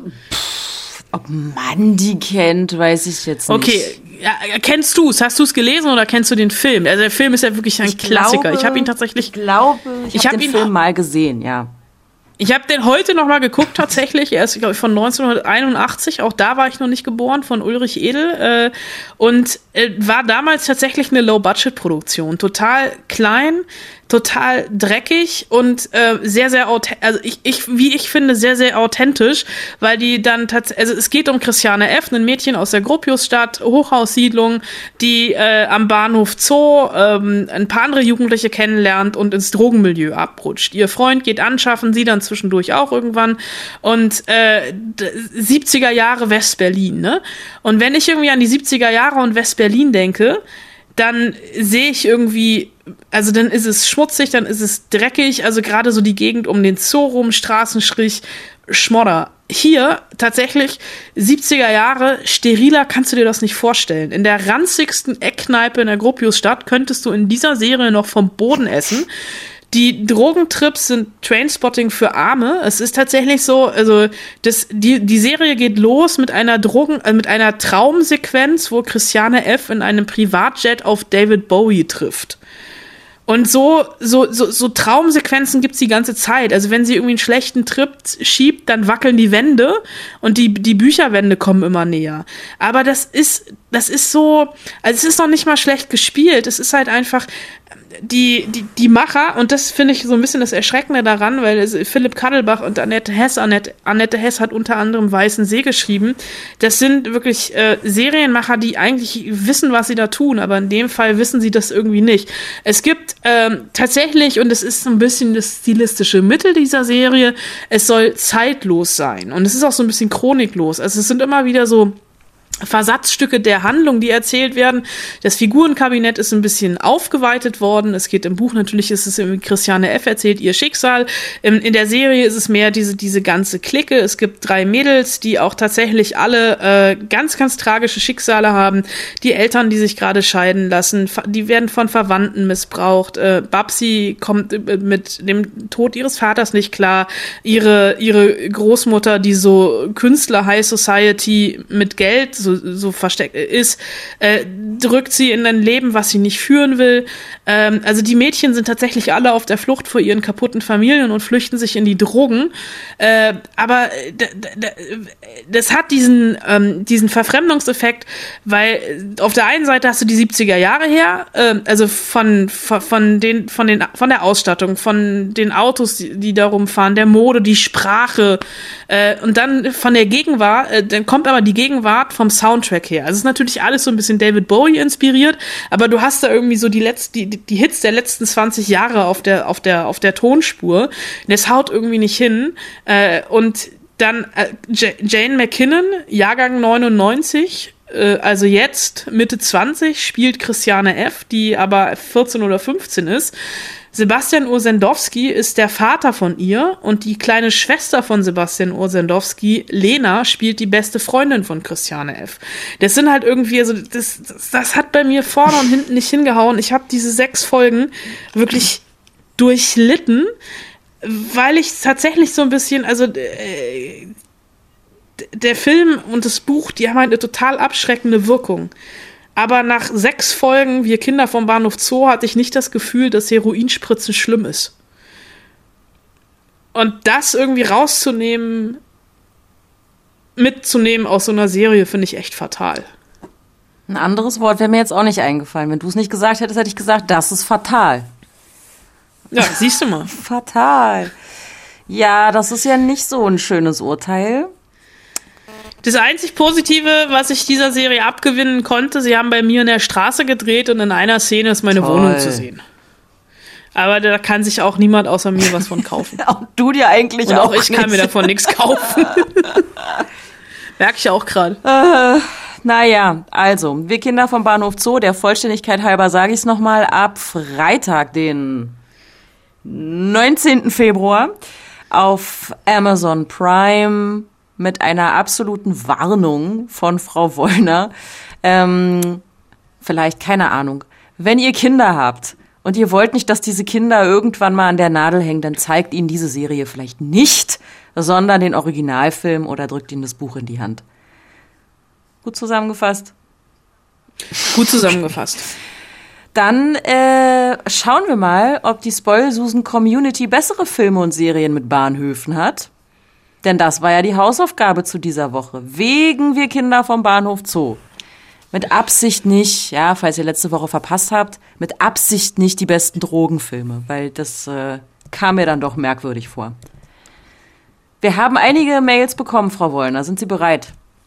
Ob man die kennt, weiß ich jetzt nicht. Okay, ja, kennst du es? Hast du es gelesen oder kennst du den Film? Also der Film ist ja wirklich ein ich Klassiker. Glaube, ich habe ihn tatsächlich... Ich glaube, ich, ich habe hab den Film mal gesehen, ja. Ich habe den heute noch mal geguckt tatsächlich. Er ist, glaube ich, von neunzehnhunderteinundachtzig. Auch da war ich noch nicht geboren, von Ulrich Edel. Äh, und äh, war damals tatsächlich eine Low-Budget-Produktion. Total klein, total dreckig und äh, sehr, sehr authentisch. Also ich, ich, wie ich finde, sehr, sehr authentisch, weil die dann tatsächlich, also es geht um Christiane F., ein Mädchen aus der Gropiusstadt, Hochhaussiedlung, die äh, am Bahnhof Zoo ähm, ein paar andere Jugendliche kennenlernt und ins Drogenmilieu abrutscht. Ihr Freund geht anschaffen, sie dann zwischendurch auch irgendwann. Und äh, siebziger Jahre West-Berlin, ne? Und wenn ich irgendwie an die siebziger Jahre und West-Berlin denke, dann sehe ich irgendwie, also dann ist es schmutzig, dann ist es dreckig, also gerade so die Gegend um den Zoo rum, Straßenstrich, Schmodder. Hier tatsächlich siebziger Jahre, steriler kannst du dir das nicht vorstellen. In der ranzigsten Eckkneipe in der Gropiusstadt könntest du in dieser Serie noch vom Boden essen. Die Drogentrips sind Trainspotting für Arme. Es ist tatsächlich so, also das, die, die Serie geht los mit einer Drogen, äh, mit einer Traumsequenz, wo Christiane F. in einem Privatjet auf David Bowie trifft. Und so, so, so, so Traumsequenzen gibt's die ganze Zeit. Also wenn sie irgendwie einen schlechten Trip schiebt, dann wackeln die Wände und die, die Bücherwände kommen immer näher. Aber das ist, das ist so, also es ist noch nicht mal schlecht gespielt. Es ist halt einfach, die, die, die Macher, und das finde ich so ein bisschen das Erschreckende daran, weil es, Philipp Kadelbach und Annette Hess, Annette, Annette Hess hat unter anderem Weißen See geschrieben. Das sind wirklich äh, Serienmacher, die eigentlich wissen, was sie da tun, aber in dem Fall wissen sie das irgendwie nicht. Es gibt ähm, tatsächlich, und es ist so ein bisschen das stilistische Mittel dieser Serie, es soll zeitlos sein. Und es ist auch so ein bisschen chroniklos. Also es sind immer wieder so Versatzstücke der Handlung, die erzählt werden. Das Figurenkabinett ist ein bisschen aufgeweitet worden. Es geht im Buch, natürlich ist es Christiane F. erzählt ihr Schicksal. In, in der Serie ist es mehr diese, diese ganze Clique. Es gibt drei Mädels, die auch tatsächlich alle äh, ganz, ganz tragische Schicksale haben. Die Eltern, die sich gerade scheiden lassen, die werden von Verwandten missbraucht. Äh, Babsi kommt äh, mit dem Tod ihres Vaters nicht klar. Ihre, ihre Großmutter, die so Künstler, High Society mit Geld, so so versteckt ist, äh, drückt sie in ein Leben, was sie nicht führen will. Ähm, also die Mädchen sind tatsächlich alle auf der Flucht vor ihren kaputten Familien und flüchten sich in die Drogen. Äh, aber d- d- das hat diesen, ähm, diesen Verfremdungseffekt, weil auf der einen Seite hast du die siebziger Jahre her, äh, also von, von, von, den, von, den, von der Ausstattung, von den Autos, die, die da rumfahren, der Mode, die Sprache, äh, und dann von der Gegenwart, äh, dann kommt aber die Gegenwart vom Soundtrack her. Also es ist natürlich alles so ein bisschen David Bowie inspiriert, aber du hast da irgendwie so die letzten, die, die Hits der letzten zwanzig Jahre auf der, auf der, auf der Tonspur. Das haut irgendwie nicht hin. Äh, und dann äh, Jane McKinnon, Jahrgang neunundneunzig, äh, also jetzt Mitte zwanzig, spielt Christiane F., die aber vierzehn oder fünfzehn ist. Sebastian Ursendowski ist der Vater von ihr und die kleine Schwester von Sebastian Ursendowski, Lena, spielt die beste Freundin von Christiane F. Das sind halt irgendwie, also das, das, das hat bei mir vorne und hinten nicht hingehauen. Ich habe diese sechs Folgen wirklich durchlitten, weil ich tatsächlich so ein bisschen, also äh, der Film und das Buch, die haben halt eine total abschreckende Wirkung. Aber nach sechs Folgen Wir Kinder vom Bahnhof Zoo hatte ich nicht das Gefühl, dass Heroinspritzen schlimm ist. Und das irgendwie rauszunehmen, mitzunehmen aus so einer Serie, finde ich echt fatal. Ein anderes Wort wäre mir jetzt auch nicht eingefallen. Wenn du es nicht gesagt hättest, hätte ich gesagt, das ist fatal. Ja, siehst du mal. Fatal. Ja, das ist ja nicht so ein schönes Urteil. Das einzig Positive, was ich dieser Serie abgewinnen konnte, sie haben bei mir in der Straße gedreht und in einer Szene ist meine Toll. Wohnung zu sehen. Aber da kann sich auch niemand außer mir was von kaufen. Auch du dir eigentlich und auch auch ich nicht. kann mir davon nichts kaufen. Merke ich auch gerade. Äh, naja, also, wir Kinder vom Bahnhof Zoo, der Vollständigkeit halber sage ich es nochmal, ab Freitag, den neunzehnten Februar, auf Amazon Prime mit einer absoluten Warnung von Frau Wollner. Ähm, vielleicht, keine Ahnung. Wenn ihr Kinder habt und ihr wollt nicht, dass diese Kinder irgendwann mal an der Nadel hängen, dann zeigt ihnen diese Serie vielleicht nicht, sondern den Originalfilm oder drückt ihnen das Buch in die Hand. Gut zusammengefasst? Gut zusammengefasst. Dann äh, schauen wir mal, ob die Spoilsusen-Community bessere Filme und Serien mit Bahnhöfen hat. Denn das war ja die Hausaufgabe zu dieser Woche. Wegen wir Kinder vom Bahnhof Zoo. Mit Absicht nicht, ja, falls ihr letzte Woche verpasst habt, mit Absicht nicht die besten Drogenfilme, weil das äh, kam mir dann doch merkwürdig vor. Wir haben einige Mails bekommen, Frau Wollner. Sind Sie bereit?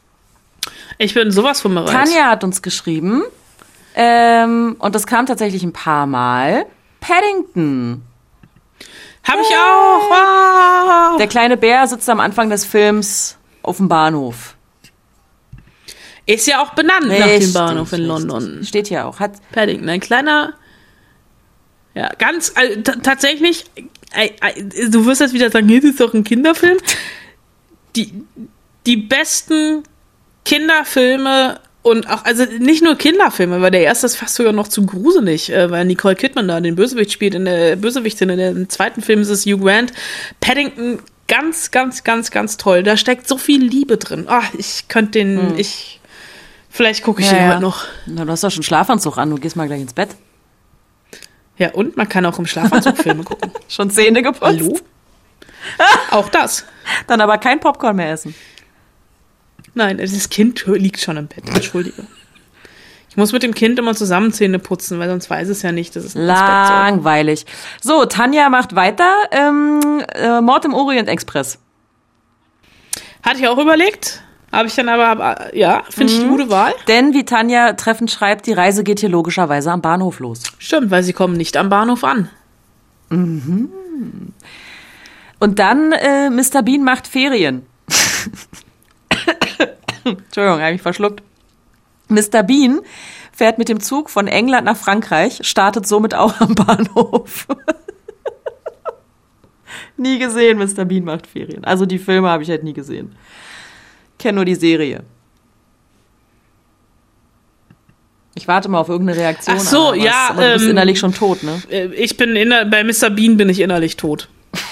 Ich bin sowas von bereit. Tanja hat uns geschrieben, ähm, und das kam tatsächlich ein paar Mal, Paddington. Hab ich auch. Wow. Der kleine Bär sitzt am Anfang des Films auf dem Bahnhof. Ist ja auch benannt richtig, nach dem Bahnhof in richtig. London. Steht hier auch. Hat Paddington, ein kleiner, ja, ganz, also, t- tatsächlich, äh, äh, du wirst jetzt wieder sagen, hier ist doch ein Kinderfilm. Die, die besten Kinderfilme und auch, also nicht nur Kinderfilme, weil der erste ist fast sogar noch zu gruselig, äh, weil Nicole Kidman da den Bösewicht spielt, in der Bösewichtin, in der zweiten Film ist es Hugh Grant. Paddington, ganz, ganz, ganz, ganz toll. Da steckt so viel Liebe drin. Ah, ich könnte den, hm. ich, vielleicht gucke ich ja, den ja. heute noch. Na, du hast doch schon Schlafanzug an, du gehst mal gleich ins Bett. Ja, und man kann auch im Schlafanzug Filme gucken. Schon Zähne geputzt? Hallo? Auch das. Dann aber kein Popcorn mehr essen. Nein, das Kind liegt schon im Bett, entschuldige. Ich muss mit dem Kind immer zusammen Zähne putzen, weil sonst weiß es ja nicht, dass es ins Bett soll. Langweilig. So, Tanja macht weiter. Ähm, äh, Mord im Orient Express. Hatte ich auch überlegt, habe ich dann aber, ja, finde ich Mhm. eine gute Wahl. Denn, wie Tanja treffend schreibt, die Reise geht hier logischerweise am Bahnhof los. Stimmt, weil sie kommen nicht am Bahnhof an. Mhm. Und dann äh, Mister Bean macht Ferien. Entschuldigung, habe ich verschluckt. Mister Bean fährt mit dem Zug von England nach Frankreich, startet somit auch am Bahnhof. Nie gesehen, Mister Bean macht Ferien. Also die Filme habe ich halt nie gesehen. Kenne nur die Serie. Ich warte mal auf irgendeine Reaktion. Ach so, aber was, ja. Aber du bist ähm, innerlich schon tot, ne? Ich bin inner, bei Mister Bean bin ich innerlich tot.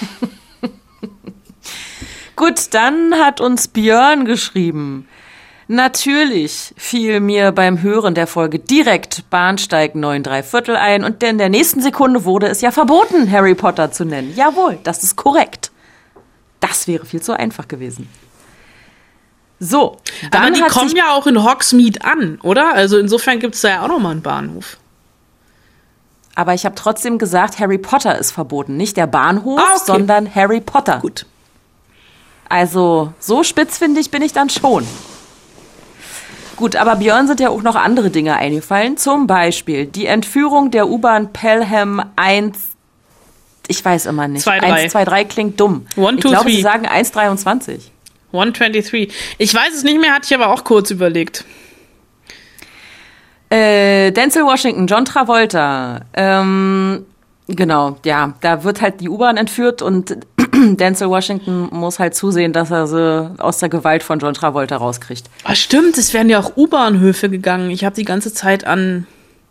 Gut, dann hat uns Björn geschrieben. Natürlich fiel mir beim Hören der Folge direkt Bahnsteig neun drei Viertel ein und in der nächsten Sekunde wurde es ja verboten, Harry Potter zu nennen. Jawohl, das ist korrekt. Das wäre viel zu einfach gewesen. So, dann Aber die hat kommen sich ja auch in Hogsmeade an, oder? Also insofern gibt es da ja auch nochmal einen Bahnhof. Aber ich habe trotzdem gesagt, Harry Potter ist verboten. Nicht der Bahnhof, Ah, okay. sondern Harry Potter. Gut. Also, so spitz, finde ich, bin ich dann schon. Gut, aber Björn sind ja auch noch andere Dinge eingefallen. Zum Beispiel die Entführung der U-Bahn Pelham eins. Ich weiß immer nicht. zwei drei. eins zwei drei klingt dumm. One, ich two, glaube, three. sie sagen eins dreiundzwanzig. hundertdreiundzwanzig. Ich weiß es nicht mehr, hatte ich aber auch kurz überlegt. Äh, Denzel Washington, John Travolta. Ähm, genau, ja, da wird halt die U-Bahn entführt und Denzel Washington muss halt zusehen, dass er sie aus der Gewalt von John Travolta rauskriegt. Ah, stimmt, es werden ja auch U-Bahnhöfe gegangen. Ich habe die ganze Zeit an...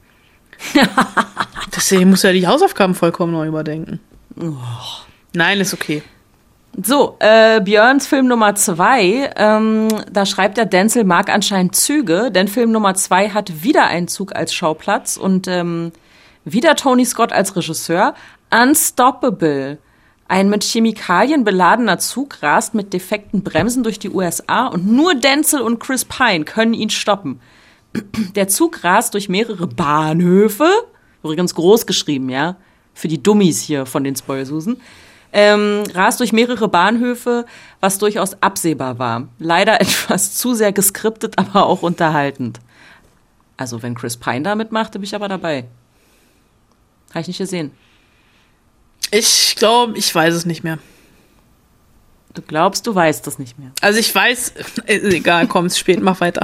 Deswegen muss ja die Hausaufgaben vollkommen neu überdenken. Oh. Nein, ist okay. So, äh, Björns Film Nummer zwei, ähm, da schreibt er, Denzel mag anscheinend Züge, denn Film Nummer zwei hat wieder einen Zug als Schauplatz und ähm, wieder Tony Scott als Regisseur. Unstoppable. Ein mit Chemikalien beladener Zug rast mit defekten Bremsen durch die U S A und nur Denzel und Chris Pine können ihn stoppen. Der Zug rast durch mehrere Bahnhöfe, übrigens groß geschrieben, ja, für die Dummies hier von den Spoilsusen, ähm, rast durch mehrere Bahnhöfe, was durchaus absehbar war. Leider etwas zu sehr geskriptet, aber auch unterhaltend. Also wenn Chris Pine da mitmachte, bin ich aber dabei. Habe ich nicht gesehen. Ich glaube, ich weiß es nicht mehr. Du glaubst, du weißt das nicht mehr. Also ich weiß, egal, komm, es ist spät, mach weiter.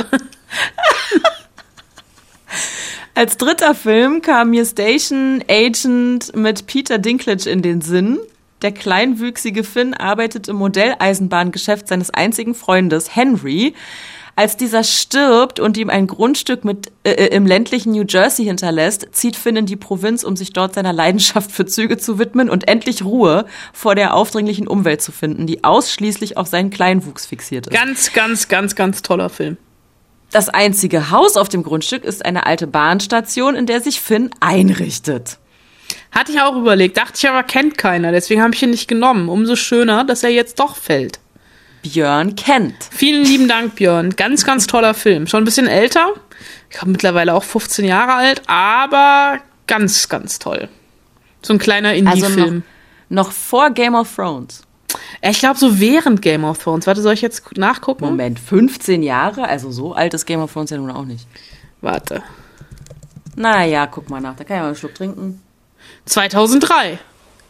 Als dritter Film kam mir Station Agent mit Peter Dinklage in den Sinn. Der kleinwüchsige Finn arbeitet im Modelleisenbahngeschäft seines einzigen Freundes, Henry. Als dieser stirbt und ihm ein Grundstück mit äh, im ländlichen New Jersey hinterlässt, zieht Finn in die Provinz, um sich dort seiner Leidenschaft für Züge zu widmen und endlich Ruhe vor der aufdringlichen Umwelt zu finden, die ausschließlich auf seinen Kleinwuchs fixiert ist. Ganz, ganz, ganz, ganz toller Film. Das einzige Haus auf dem Grundstück ist eine alte Bahnstation, in der sich Finn einrichtet. Hatte ich auch überlegt, dachte ich aber, kennt keiner, deswegen habe ich ihn nicht genommen. Umso schöner, dass er jetzt doch fällt. Björn kennt. Vielen lieben Dank, Björn. Ganz, ganz toller Film. Schon ein bisschen älter. Ich glaube mittlerweile auch fünfzehn Jahre alt, aber ganz, ganz toll. So ein kleiner Indie-Film. Also noch, noch vor Game of Thrones. Ich glaube so während Game of Thrones. Warte, soll ich jetzt nachgucken? Moment, fünfzehn Jahre? Also so alt ist Game of Thrones ja nun auch nicht. Warte. Naja, guck mal nach. Da kann ich mal einen Schluck trinken. zweitausenddrei.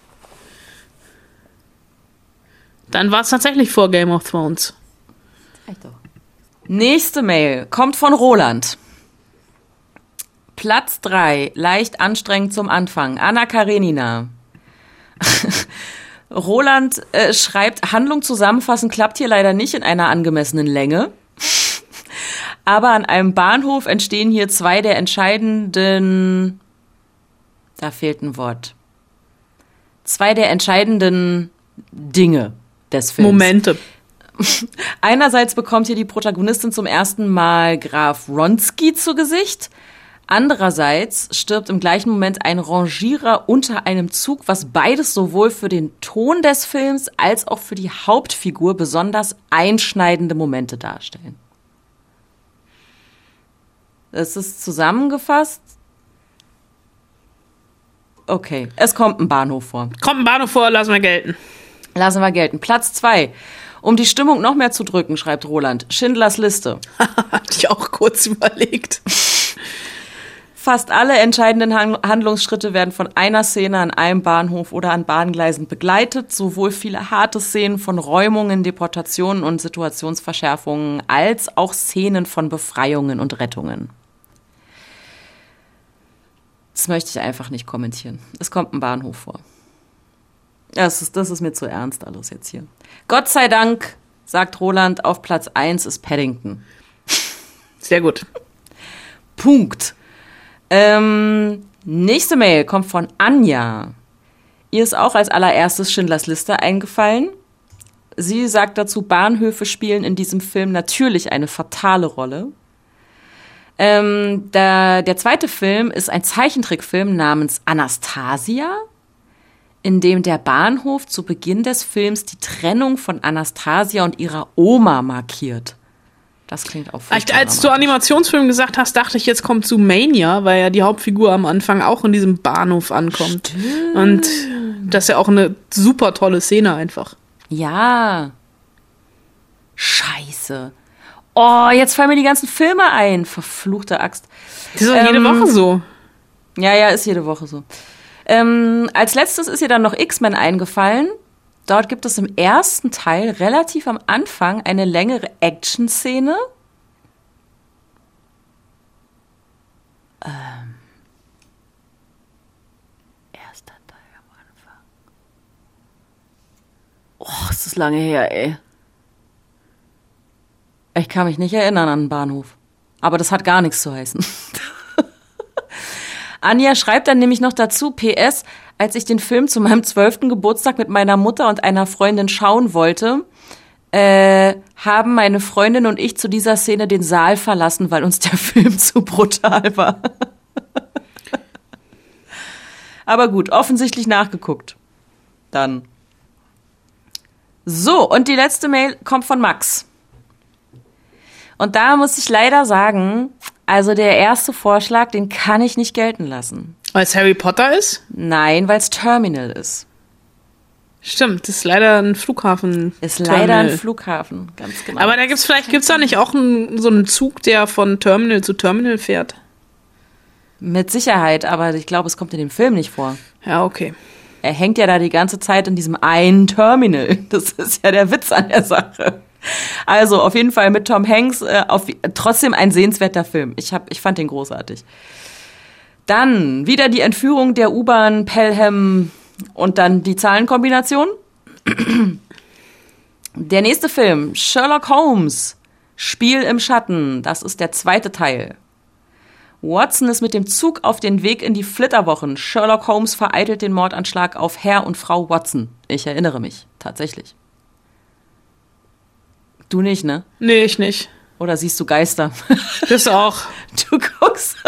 Dann war es tatsächlich vor Game of Thrones. Echt doch. Nächste Mail kommt von Roland. Platz drei, leicht anstrengend zum Anfang. Anna Karenina. Roland äh, schreibt, Handlung zusammenfassen klappt hier leider nicht in einer angemessenen Länge. Aber an einem Bahnhof entstehen hier zwei der entscheidenden... Da fehlt ein Wort. Zwei der entscheidenden Dinge des Films. Momente. Einerseits bekommt hier die Protagonistin zum ersten Mal Graf Wronski zu Gesicht. Andererseits stirbt im gleichen Moment ein Rangierer unter einem Zug, was beides sowohl für den Ton des Films als auch für die Hauptfigur besonders einschneidende Momente darstellen. Das ist zusammengefasst. Okay, es kommt ein Bahnhof vor. Kommt ein Bahnhof vor, lassen wir gelten. Lassen wir gelten. Platz zwei. Um die Stimmung noch mehr zu drücken, schreibt Roland, Schindlers Liste. Hatte ich auch kurz überlegt. Fast alle entscheidenden Handlungsschritte werden von einer Szene an einem Bahnhof oder an Bahngleisen begleitet. Sowohl viele harte Szenen von Räumungen, Deportationen und Situationsverschärfungen als auch Szenen von Befreiungen und Rettungen. Das möchte ich einfach nicht kommentieren. Es kommt ein Bahnhof vor. Das ist, das ist mir zu ernst alles jetzt hier. Gott sei Dank, sagt Roland, auf Platz eins ist Paddington. Sehr gut. Punkt. Ähm, nächste Mail kommt von Anja. Ihr ist auch als allererstes Schindlers Liste eingefallen. Sie sagt dazu, Bahnhöfe spielen in diesem Film natürlich eine fatale Rolle. Ähm, der, der zweite Film ist ein Zeichentrickfilm namens Anastasia, in dem der Bahnhof zu Beginn des Films die Trennung von Anastasia und ihrer Oma markiert. Das klingt auch furchtbar. Als du Animationsfilm gesagt hast, dachte ich, jetzt kommt Zoomania, weil ja die Hauptfigur am Anfang auch in diesem Bahnhof ankommt. Stimmt. Und das ist ja auch eine super tolle Szene einfach. Ja. Scheiße. Oh, jetzt fallen mir die ganzen Filme ein. Verfluchte Axt. Das ist doch jede ähm, Woche so. Ja, ja, ist jede Woche so. Ähm, als letztes ist ihr dann noch X-Men eingefallen. Dort gibt es im ersten Teil relativ am Anfang eine längere Action-Szene. Ähm. Erster Teil am Anfang. Oh, ist das lange her, ey. Ich kann mich nicht erinnern an den Bahnhof. Aber das hat gar nichts zu heißen. Anja schreibt dann nämlich noch dazu, P S, als ich den Film zu meinem zwölften Geburtstag mit meiner Mutter und einer Freundin schauen wollte, äh, haben meine Freundin und ich zu dieser Szene den Saal verlassen, weil uns der Film zu brutal war. Aber gut, offensichtlich nachgeguckt. Dann. So, und die letzte Mail kommt von Max. Und da muss ich leider sagen, also der erste Vorschlag, den kann ich nicht gelten lassen. Weil es Harry Potter ist? Nein, weil es Terminal ist. Stimmt, das ist leider ein Flughafen. Ist leider ein Flughafen, ganz genau. Aber da gibt's vielleicht, gibt's da nicht auch einen, so einen Zug, der von Terminal zu Terminal fährt? Mit Sicherheit, aber ich glaube, es kommt in dem Film nicht vor. Ja, okay. Er hängt ja da die ganze Zeit in diesem einen Terminal. Das ist ja der Witz an der Sache. Also auf jeden Fall mit Tom Hanks, äh, auf, trotzdem ein sehenswerter Film. Ich, hab, ich fand den großartig. Dann wieder die Entführung der U-Bahn, Pelham und dann die Zahlenkombination. Der nächste Film, Sherlock Holmes, Spiel im Schatten. Das ist der zweite Teil. Watson ist mit dem Zug auf den Weg in die Flitterwochen. Sherlock Holmes vereitelt den Mordanschlag auf Herr und Frau Watson. Ich erinnere mich, tatsächlich. Du nicht, ne? Nee, ich nicht. Oder siehst du Geister? Das auch. Du guckst.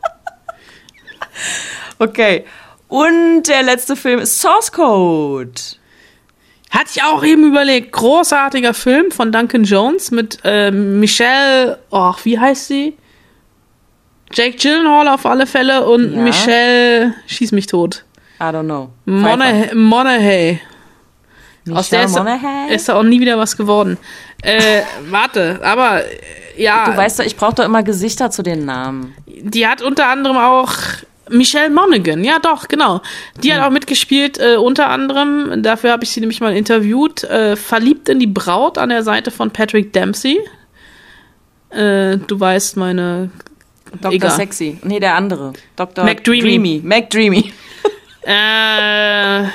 Okay. Und der letzte Film ist Source Code. Hatte ich auch eben überlegt. Großartiger Film von Duncan Jones mit äh, Michelle, oh, wie heißt sie? Jake Gyllenhaal auf alle Fälle und ja. Michelle, schieß mich tot. I don't know. Monaghay. Monaghay. Aus der ist, Monaghay? ist da auch nie wieder was geworden. Äh, warte, aber ja. Du weißt doch, ich brauche doch immer Gesichter zu den Namen. Die hat unter anderem auch Michelle Monaghan, ja doch, genau. Die hm. hat auch mitgespielt, äh, unter anderem, dafür habe ich sie nämlich mal interviewt, äh, Verliebt in die Braut an der Seite von Patrick Dempsey. Äh, du weißt, meine... Doktor Egal. Sexy. Nee, der andere. Doktor McDreamy. McDreamy. äh...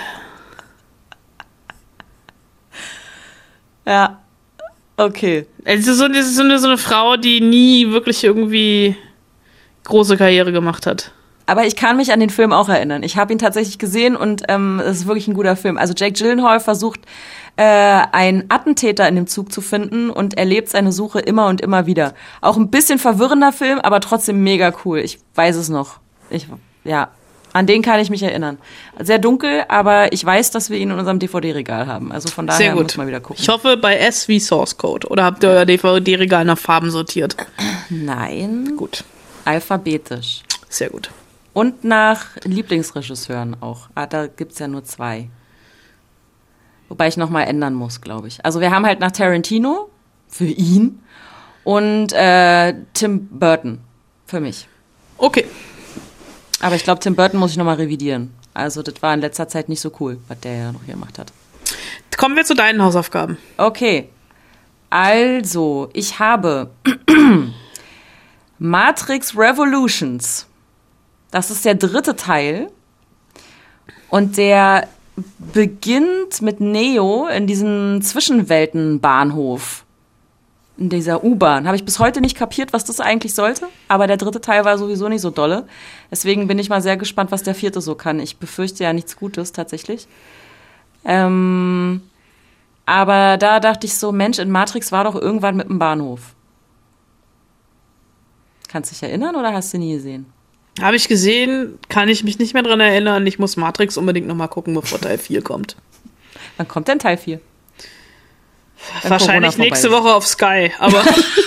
Ja. Okay. Es ist so, es ist so, eine, so eine Frau, die nie wirklich irgendwie große Karriere gemacht hat. Aber ich kann mich an den Film auch erinnern. Ich habe ihn tatsächlich gesehen und ähm, es ist wirklich ein guter Film. Also Jake Gyllenhaal versucht, äh, einen Attentäter in dem Zug zu finden und erlebt seine Suche immer und immer wieder. Auch ein bisschen verwirrender Film, aber trotzdem mega cool. Ich weiß es noch. Ich, ja, an den kann ich mich erinnern. Sehr dunkel, aber ich weiß, dass wir ihn in unserem D V D-Regal haben. Also von daher muss man wieder gucken. Ich hoffe bei S wie Source Code. Oder habt ihr euer D V D-Regal nach Farben sortiert? Nein. Gut. Alphabetisch. Sehr gut. Und nach Lieblingsregisseuren auch. Ah, da gibt's ja nur zwei. Wobei ich nochmal ändern muss, glaube ich. Also wir haben halt nach Tarantino, für ihn, und äh, Tim Burton, für mich. Okay. Aber ich glaube, Tim Burton muss ich nochmal revidieren. Also das war in letzter Zeit nicht so cool, was der ja noch hier gemacht hat. Kommen wir zu deinen Hausaufgaben. Okay. Also, ich habe Matrix Revolutions. Das ist der dritte Teil. Und der beginnt mit Neo in diesem Zwischenweltenbahnhof. In dieser U-Bahn. Habe ich bis heute nicht kapiert, was das eigentlich sollte. Aber der dritte Teil war sowieso nicht so dolle. Deswegen bin ich mal sehr gespannt, was der vierte so kann. Ich befürchte ja nichts Gutes, tatsächlich. Ähm, aber da dachte ich so, Mensch, in Matrix war doch irgendwann mit dem Bahnhof. Kannst du dich erinnern oder hast du nie gesehen? Habe ich gesehen, kann ich mich nicht mehr dran erinnern. Ich muss Matrix unbedingt nochmal gucken, bevor Teil vier kommt. Wann kommt denn Teil vier? Wenn Wahrscheinlich nächste Woche auf Sky, aber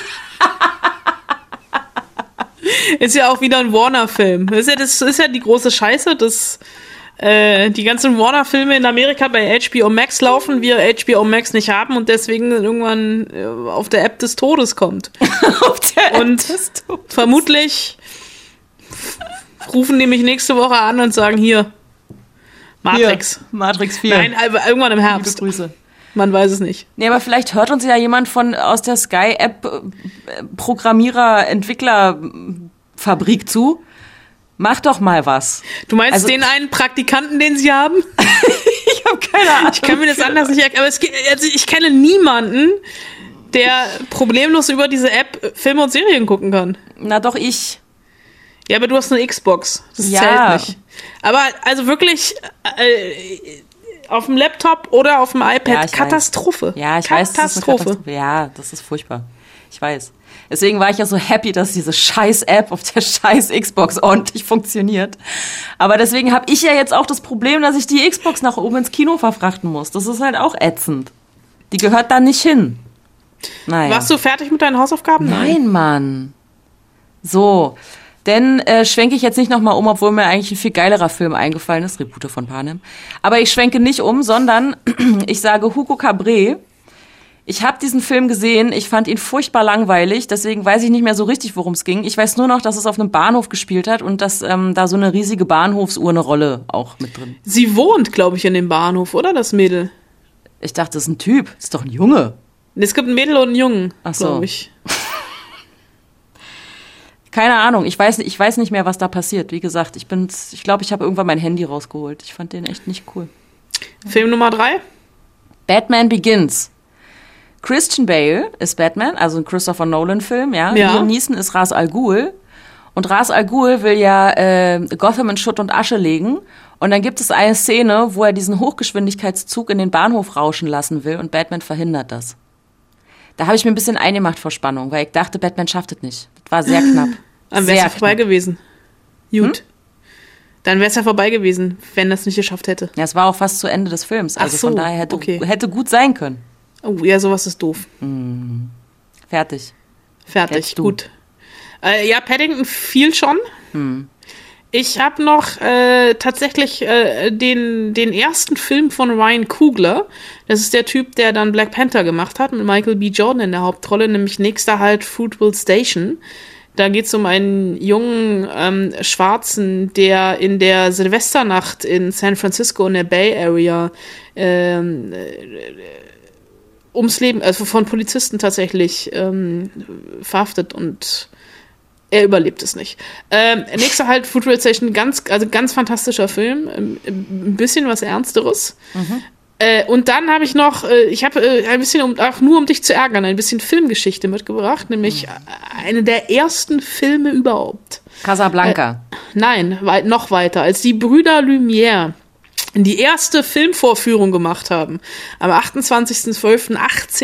ist ja auch wieder ein Warner-Film. Das ist ja, das ist ja die große Scheiße, dass äh, die ganzen Warner-Filme in Amerika bei H B O Max laufen, wir H B O Max nicht haben und deswegen irgendwann äh, auf der App des Todes kommt. Auf der App und des Todes. Vermutlich rufen die mich nächste Woche an und sagen, hier, Matrix. Hier, Matrix vier. Nein, irgendwann im Herbst. Liebe Grüße. Man weiß es nicht. Nee, aber vielleicht hört uns ja jemand von aus der Sky-App äh, Programmierer, Entwickler Fabrik zu. Mach doch mal was. Du meinst also, den einen Praktikanten, den sie haben? Ich habe keine Ahnung. Ich kann mir das anders nicht erklären. Aber es, also ich kenne niemanden, der problemlos über diese App Filme und Serien gucken kann. Na doch, ich. Ja, aber du hast eine Xbox. Das ja. zählt nicht. Aber also wirklich äh, auf dem Laptop oder auf dem iPad, ja, Katastrophe. Weiß. Ja, ich Katastrophe. weiß, das ist eine Katastrophe. Ja, das ist furchtbar. Ich weiß. Deswegen war ich ja so happy, dass diese scheiß App auf der scheiß Xbox ordentlich funktioniert. Aber deswegen habe ich ja jetzt auch das Problem, dass ich die Xbox nach oben ins Kino verfrachten muss. Das ist halt auch ätzend. Die gehört da nicht hin. Naja. Warst du fertig mit deinen Hausaufgaben? Nein, Mann. So, dann äh, schwenke ich jetzt nicht nochmal um, obwohl mir eigentlich ein viel geilerer Film eingefallen ist, Reputer von Panem. Aber ich schwenke nicht um, sondern ich sage Hugo Cabret. Ich habe diesen Film gesehen, ich fand ihn furchtbar langweilig, deswegen weiß ich nicht mehr so richtig, worum es ging. Ich weiß nur noch, dass es auf einem Bahnhof gespielt hat und dass ähm, da so eine riesige Bahnhofsuhr eine Rolle auch mit drin. Sie wohnt, glaube ich, in dem Bahnhof, oder, das Mädel? Ich dachte, das ist ein Typ, das ist doch ein Junge. Es gibt ein Mädel und einen Jungen, Ach so. glaube ich. Keine Ahnung, ich weiß, ich weiß nicht mehr, was da passiert. Wie gesagt, ich bin, ich glaube, ich habe irgendwann mein Handy rausgeholt. Ich fand den echt nicht cool. Film Nummer drei? Batman Begins. Christian Bale ist Batman, also ein Christopher Nolan-Film, ja. Ja. Liam Neeson ist Ra's al Ghul. Und Ra's al Ghul will ja äh, Gotham in Schutt und Asche legen. Und dann gibt es eine Szene, wo er diesen Hochgeschwindigkeitszug in den Bahnhof rauschen lassen will und Batman verhindert das. Da habe ich mir ein bisschen eingemacht vor Spannung, weil ich dachte, Batman schafft es nicht. Das war sehr knapp. Dann wäre es ja vorbei gewesen. Gut. Hm? Dann wäre es ja vorbei gewesen, wenn das nicht geschafft hätte. Ja, es war auch fast zu Ende des Films. Also Ach so, von daher hätte, okay. hätte gut sein können. Oh, ja, sowas ist doof. Mm. Fertig. Fertig, gut. Äh, ja, Paddington fiel schon. Hm. Ich habe noch äh, tatsächlich äh, den, den ersten Film von Ryan Coogler. Das ist der Typ, der dann Black Panther gemacht hat, mit Michael B. Jordan in der Hauptrolle, nämlich nächster Halt Fruitvale Station. Da geht es um einen jungen ähm, Schwarzen, der in der Silvesternacht in San Francisco in der Bay Area ähm, äh, ums Leben, also von Polizisten tatsächlich ähm, verhaftet und er überlebt es nicht. Ähm, nächster Halt, Fruitvale Station, ganz, also ganz fantastischer Film, ähm, ein bisschen was Ernsteres. Mhm. Äh, und dann habe ich noch, äh, ich habe äh, ein bisschen, um, auch nur um dich zu ärgern, ein bisschen Filmgeschichte mitgebracht, nämlich mhm. eine der ersten Filme überhaupt. Casablanca. Äh, nein, weit, noch weiter, als die Brüder Lumière die erste Filmvorführung gemacht haben, am achtundzwanzigsten zwölften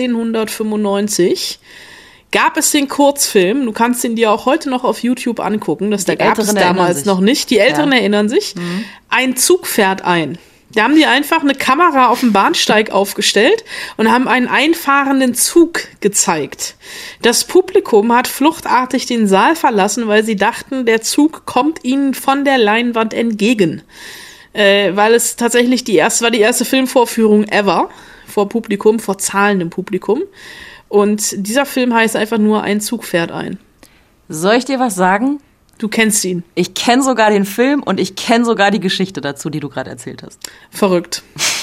achtzehnhundertfünfundneunzig, gab es den Kurzfilm, du kannst ihn dir auch heute noch auf YouTube angucken, das da gab es damals noch nicht, die Älteren ja. erinnern sich, mhm. Ein Zug fährt ein. Da haben die einfach eine Kamera auf dem Bahnsteig aufgestellt und haben einen einfahrenden Zug gezeigt. Das Publikum hat fluchtartig den Saal verlassen, weil sie dachten, der Zug kommt ihnen von der Leinwand entgegen. Äh, weil es tatsächlich die erste war, die erste Filmvorführung ever vor Publikum, vor zahlendem Publikum. Und dieser Film heißt einfach nur Ein Zug fährt ein. Soll ich dir was sagen? Du kennst ihn. Ich kenne sogar den Film und ich kenne sogar die Geschichte dazu, die du gerade erzählt hast. Verrückt.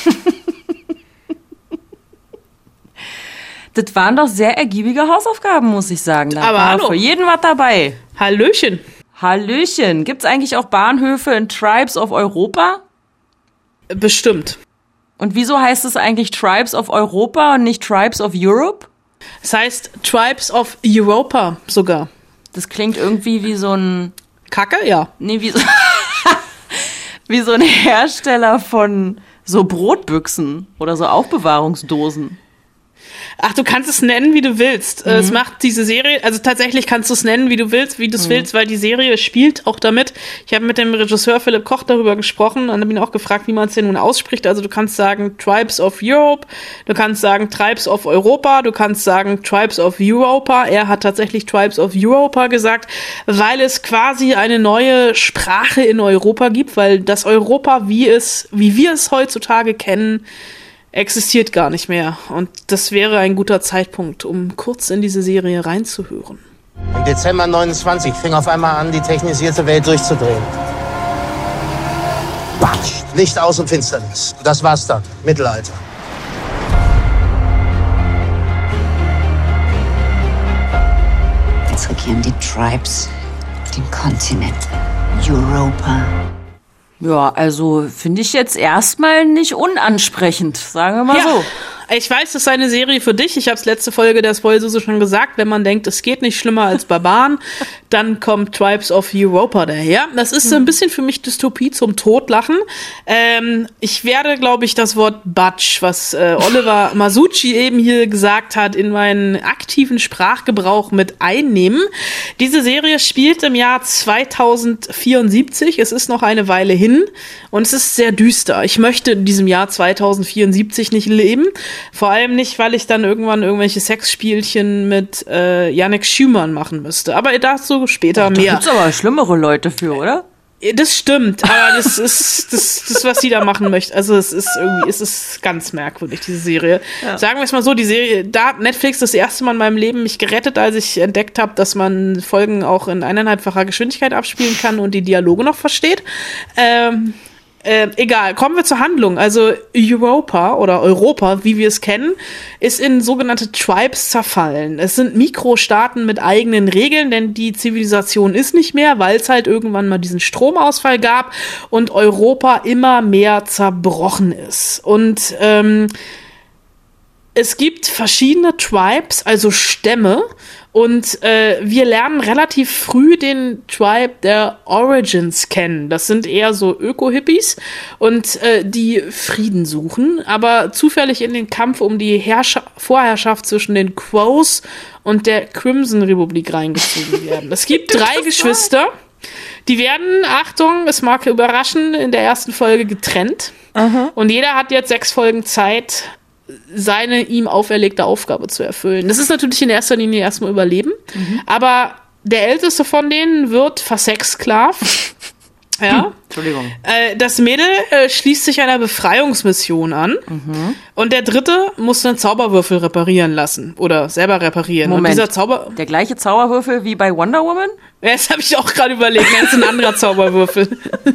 Das waren doch sehr ergiebige Hausaufgaben, muss ich sagen. Da Aber war hallo. für jeden was dabei. Hallöchen. Hallöchen. Gibt's eigentlich auch Bahnhöfe in Tribes of Europa? Bestimmt. Und wieso heißt es eigentlich Tribes of Europa und nicht Tribes of Europe? Es heißt Tribes of Europa sogar. Das klingt irgendwie wie so ein... Kacke, ja. Nee, wie so, wie so ein Hersteller von so Brotbüchsen oder so Aufbewahrungsdosen. Ach, du kannst es nennen, wie du willst. Mhm. Es macht diese Serie, also tatsächlich kannst du es nennen, wie du willst, wie du es mhm. willst, weil die Serie spielt auch damit. Ich habe mit dem Regisseur Philipp Koch darüber gesprochen und habe ihn auch gefragt, wie man es denn nun ausspricht. Also du kannst sagen Tribes of Europe, du kannst sagen Tribes of Europa, du kannst sagen Tribes of Europa. Er hat tatsächlich Tribes of Europa gesagt, weil es quasi eine neue Sprache in Europa gibt, weil das Europa, wie es, wie wir es heutzutage kennen, existiert gar nicht mehr. Und das wäre ein guter Zeitpunkt, um kurz in diese Serie reinzuhören. Im Dezember neunundzwanzig fing auf einmal an, die technisierte Welt durchzudrehen. Batsch, Licht aus und Finsternis. Das war's dann. Mittelalter. Jetzt regieren die Tribes den Kontinent Europa. Ja, also finde ich jetzt erstmal nicht unansprechend, sagen wir mal ja, so. Ich weiß, das ist eine Serie für dich. Ich habe es letzte Folge der Spoilsuse schon gesagt. Wenn man denkt, es geht nicht schlimmer als Barbaren, dann kommt Tribes of Europa daher. Das ist so ein bisschen für mich Dystopie zum Totlachen. Ähm, ich werde, glaube ich, das Wort Batsch, was äh, Oliver Masucci eben hier gesagt hat, in meinen aktiven Sprachgebrauch mit einnehmen. Diese Serie spielt im Jahr zweitausendvierundsiebzig. Es ist noch eine Weile hin und es ist sehr düster. Ich möchte in diesem Jahr zweitausendvierundsiebzig nicht leben. Vor allem nicht, weil ich dann irgendwann irgendwelche Sexspielchen mit äh, Yannick Schümann machen müsste. Aber dazu später Ach, mehr. Da gibt's aber schlimmere Leute für, oder? Das stimmt, aber das ist das, das, was sie da machen möchte. Also es ist irgendwie, es ist ganz merkwürdig, diese Serie. Ja. Sagen wir es mal so, die Serie, da hat Netflix das erste Mal in meinem Leben mich gerettet, als ich entdeckt habe, dass man Folgen auch in eineinhalbfacher Geschwindigkeit abspielen kann und die Dialoge noch versteht. Ähm, Äh, egal, kommen wir zur Handlung. Also Europa oder Europa, wie wir es kennen, ist in sogenannte Tribes zerfallen. Es sind Mikrostaaten mit eigenen Regeln, denn die Zivilisation ist nicht mehr, weil es halt irgendwann mal diesen Stromausfall gab und Europa immer mehr zerbrochen ist. Und ähm, es gibt verschiedene Tribes, also Stämme, und äh, wir lernen relativ früh den Tribe der Origins kennen. Das sind eher so Öko-Hippies und äh, die Frieden suchen, aber zufällig in den Kampf um die Herrscha- Vorherrschaft zwischen den Crows und der Crimson-Republik reingezogen werden. Es gibt drei Geschwister, die werden, Achtung, es mag überraschen, in der ersten Folge getrennt. Aha. Und jeder hat jetzt sechs Folgen Zeit, seine ihm auferlegte Aufgabe zu erfüllen. Das ist natürlich in erster Linie erstmal Überleben, mhm. aber der älteste von denen wird versexsklavt. Ja. Entschuldigung. Äh, das Mädel äh, schließt sich einer Befreiungsmission an mhm. und der dritte muss einen Zauberwürfel reparieren lassen oder selber reparieren. Moment, und dieser Zauber der gleiche Zauberwürfel wie bei Wonder Woman? Ja, das habe ich auch gerade überlegt. Das ist ein anderer Zauberwürfel.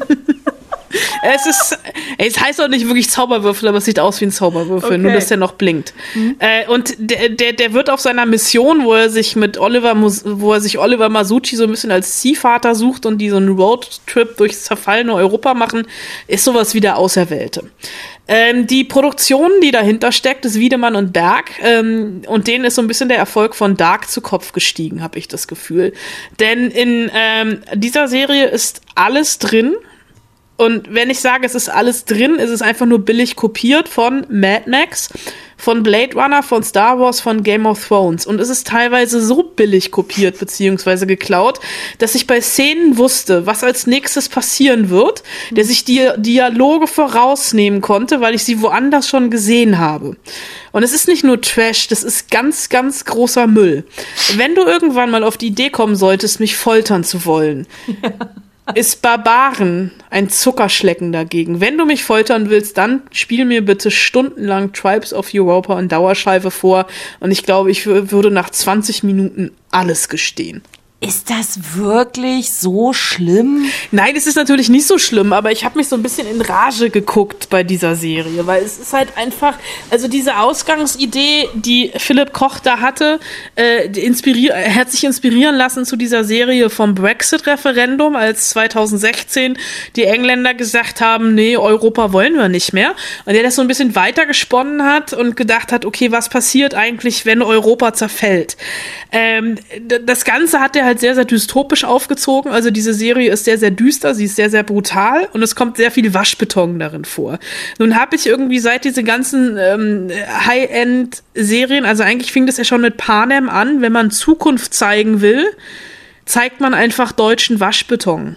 Es ist, es heißt auch nicht wirklich Zauberwürfel, aber es sieht aus wie ein Zauberwürfel, okay. Nur dass der noch blinkt. Mhm. Äh, und der, der, der wird auf seiner Mission, wo er sich mit Oliver, wo er sich Oliver Masucci so ein bisschen als Ziehvater sucht und die so einen Roadtrip durchs zerfallene Europa machen, ist sowas wie der Auserwählte. Ähm, die Produktion, die dahinter steckt, ist Wiedemann und Berg. Ähm, und denen ist so ein bisschen der Erfolg von Dark zu Kopf gestiegen, habe ich das Gefühl. Denn in ähm, dieser Serie ist alles drin. Und wenn ich sage, es ist alles drin, ist es einfach nur billig kopiert von Mad Max, von Blade Runner, von Star Wars, von Game of Thrones. Und es ist teilweise so billig kopiert bzw. geklaut, dass ich bei Szenen wusste, was als nächstes passieren wird, dass ich die Dialoge vorausnehmen konnte, weil ich sie woanders schon gesehen habe. Und es ist nicht nur Trash, das ist ganz, ganz großer Müll. Wenn du irgendwann mal auf die Idee kommen solltest, mich foltern zu wollen, ja. ist Barbaren ein Zuckerschlecken dagegen. Wenn du mich foltern willst, dann spiel mir bitte stundenlang Tribes of Europa in Dauerschleife vor und ich glaube, ich w- würde nach zwanzig Minuten alles gestehen. Ist das wirklich so schlimm? Nein, es ist natürlich nicht so schlimm, aber ich habe mich so ein bisschen in Rage geguckt bei dieser Serie, weil es ist halt einfach, also diese Ausgangsidee, die Philipp Koch da hatte, äh, inspirier- er hat sich inspirieren lassen zu dieser Serie vom Brexit-Referendum, als zweitausendsechzehn die Engländer gesagt haben, nee, Europa wollen wir nicht mehr. Und der das so ein bisschen weitergesponnen hat und gedacht hat, okay, was passiert eigentlich, wenn Europa zerfällt? Ähm, d- das Ganze hat er halt sehr, sehr dystopisch aufgezogen. Also diese Serie ist sehr, sehr düster, sie ist sehr, sehr brutal und es kommt sehr viel Waschbeton darin vor. Nun habe ich irgendwie seit diese ganzen ähm, High-End-Serien, also eigentlich fing das ja schon mit Panem an, wenn man Zukunft zeigen will, zeigt man einfach deutschen Waschbeton.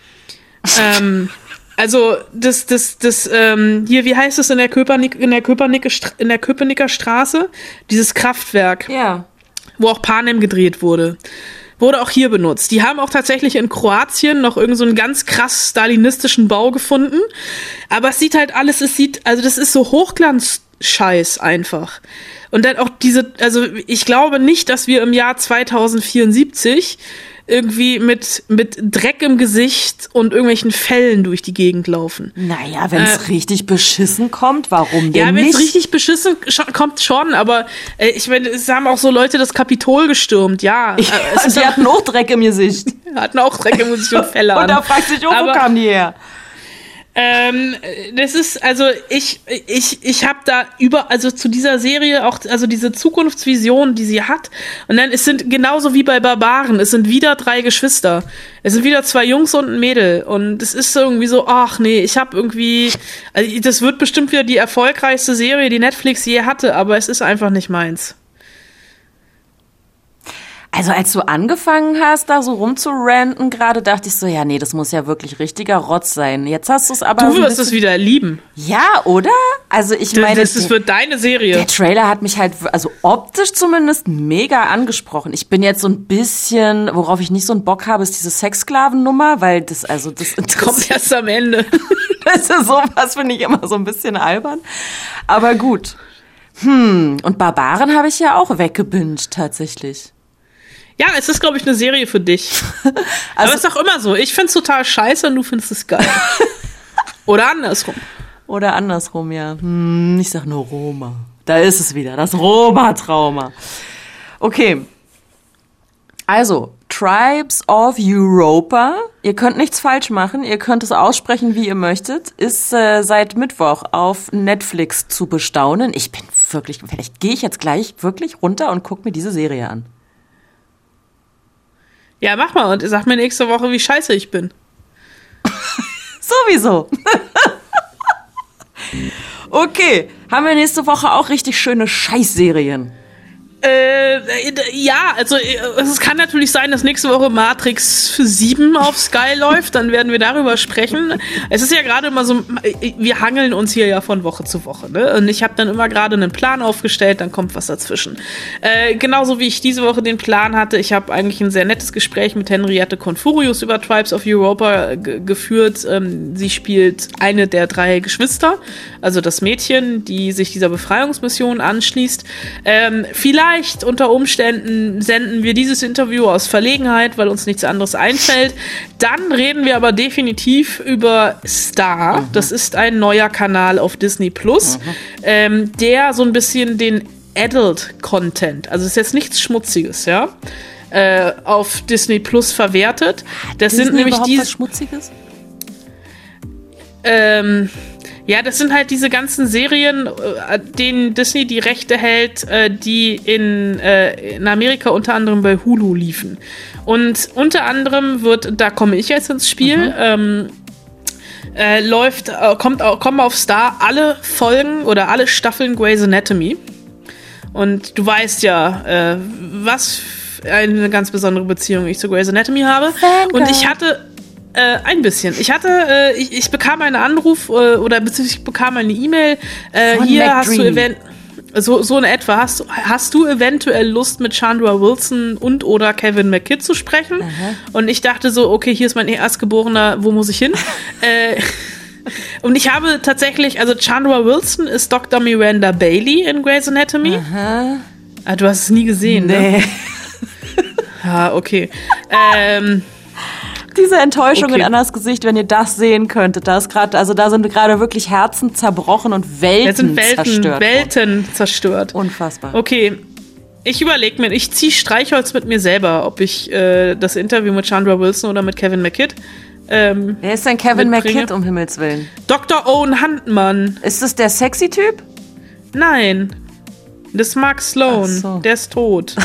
ähm, also das, das, das, ähm, hier, wie heißt es in der Köpernick, in der Köpernick, in der Köpenicker Straße? Dieses Kraftwerk. Ja. Wo auch Panem gedreht wurde. Wurde auch hier benutzt. Die haben auch tatsächlich in Kroatien noch irgend so einen ganz krass stalinistischen Bau gefunden. Aber es sieht halt alles, es sieht, also das ist so Hochglanz-Scheiß einfach. Und dann auch diese, also ich glaube nicht, dass wir im Jahr zweitausendvierundsiebzig irgendwie mit, mit Dreck im Gesicht und irgendwelchen Fällen durch die Gegend laufen. Naja, wenn es äh, richtig beschissen kommt, warum denn ja, nicht? Ja, wenn es richtig beschissen sch- kommt schon, aber äh, ich meine, es haben auch so Leute das Kapitol gestürmt, ja. Äh, ja es die hatten auch Dreck im Gesicht. hatten auch Dreck im Gesicht und Fälle an. Und da fragt sich auch, wo kamen die her? Ähm, das ist, also ich, ich, ich habe da über, also zu dieser Serie auch, also diese Zukunftsvision, die sie hat. Und dann, es sind genauso wie bei Barbaren, es sind wieder drei Geschwister. Es sind wieder zwei Jungs und ein Mädel. Und es ist irgendwie so, ach nee, ich habe irgendwie, also das wird bestimmt wieder die erfolgreichste Serie, die Netflix je hatte, aber es ist einfach nicht meins. Also als du angefangen hast, da so rumzuranten gerade, dachte ich so, ja, nee, das muss ja wirklich richtiger Rotz sein. Jetzt hast du es aber... Du wirst es wieder lieben. Ja, oder? Also ich meine... Das, das wird deine Serie. Der Trailer hat mich halt, also optisch zumindest, mega angesprochen. Ich bin jetzt so ein bisschen, worauf ich nicht so einen Bock habe, ist diese Sexsklavennummer, weil das, also das... Das kommt erst am Ende. Das ist sowas, finde ich immer so ein bisschen albern. Aber gut. Hm, und Barbaren habe ich ja auch weggebinged, tatsächlich. Ja, es ist, glaube ich, eine Serie für dich. Also, aber es ist auch immer so. Ich find's total scheiße und du findest es geil. Oder andersrum. Oder andersrum, ja. Hm, ich sag nur Roma. Da ist es wieder, das Roma-Trauma. Okay. Also, Tribes of Europa. Ihr könnt nichts falsch machen. Ihr könnt es aussprechen, wie ihr möchtet. Ist äh, seit Mittwoch auf Netflix zu bestaunen. Ich bin wirklich, vielleicht gehe ich jetzt gleich wirklich runter und gucke mir diese Serie an. Ja, mach mal und sag mir nächste Woche, wie scheiße ich bin. Sowieso. Okay, haben wir nächste Woche auch richtig schöne Scheißserien. Äh, ja, also es kann natürlich sein, dass nächste Woche Matrix sieben auf Sky läuft, dann werden wir darüber sprechen. Es ist ja gerade immer so, wir hangeln uns hier ja von Woche zu Woche, ne? Und ich habe dann immer gerade einen Plan aufgestellt, dann kommt was dazwischen. Äh, genauso wie ich diese Woche den Plan hatte, ich habe eigentlich ein sehr nettes Gespräch mit Henriette Confurius über Tribes of Europa g- geführt. Ähm, sie spielt eine der drei Geschwister, also das Mädchen, die sich dieser Befreiungsmission anschließt. Ähm, vielleicht Vielleicht unter Umständen senden wir dieses Interview aus Verlegenheit, weil uns nichts anderes einfällt. Dann reden wir aber definitiv über Star. Mhm. Das ist ein neuer Kanal auf Disney Plus, mhm. ähm, der so ein bisschen den Adult-Content, also ist jetzt nichts Schmutziges, ja, äh, auf Disney Plus verwertet. Das Disney sind nämlich diese was Schmutziges? Ähm, ja, das sind halt diese ganzen Serien, äh, denen Disney die Rechte hält, äh, die in, äh, in Amerika unter anderem bei Hulu liefen. Und unter anderem wird, da komme ich jetzt ins Spiel, mhm. ähm, äh, läuft, äh, kommt, kommen auf Star alle Folgen oder alle Staffeln Grey's Anatomy. Und du weißt ja, äh, was für eine ganz besondere Beziehung ich zu Grey's Anatomy habe. Fangirl. Und ich hatte... Äh, ein bisschen. Ich hatte, äh, ich, ich bekam einen Anruf äh, oder beziehungsweise ich bekam eine E-Mail. Äh, hier hast du event so so in etwa hast du hast du eventuell Lust mit Chandra Wilson und oder Kevin McKidd zu sprechen? Aha. Und ich dachte so, okay, hier ist mein Erstgeborener, wo muss ich hin? äh, und ich habe tatsächlich, also Chandra Wilson ist Doktor Miranda Bailey in Grey's Anatomy. Aha. Ah, du hast es nie gesehen, nee. Ne? Ah, okay. Ähm Diese Enttäuschung okay. in Annas Gesicht, wenn ihr das sehen könntet, da ist gerade, also da sind gerade wirklich Herzen zerbrochen und Welten, Jetzt sind Welten zerstört. Welten worden. zerstört. Unfassbar. Okay, ich überlege mir, ich ziehe Streichholz mit mir selber, ob ich äh, das Interview mit Chandra Wilson oder mit Kevin McKidd. Ähm, Wer ist denn Kevin mitbringe. McKidd, um Himmels Willen? Doktor Owen Huntman. Ist das der sexy Typ? Nein. Das ist Mark Sloan. So. Der ist tot.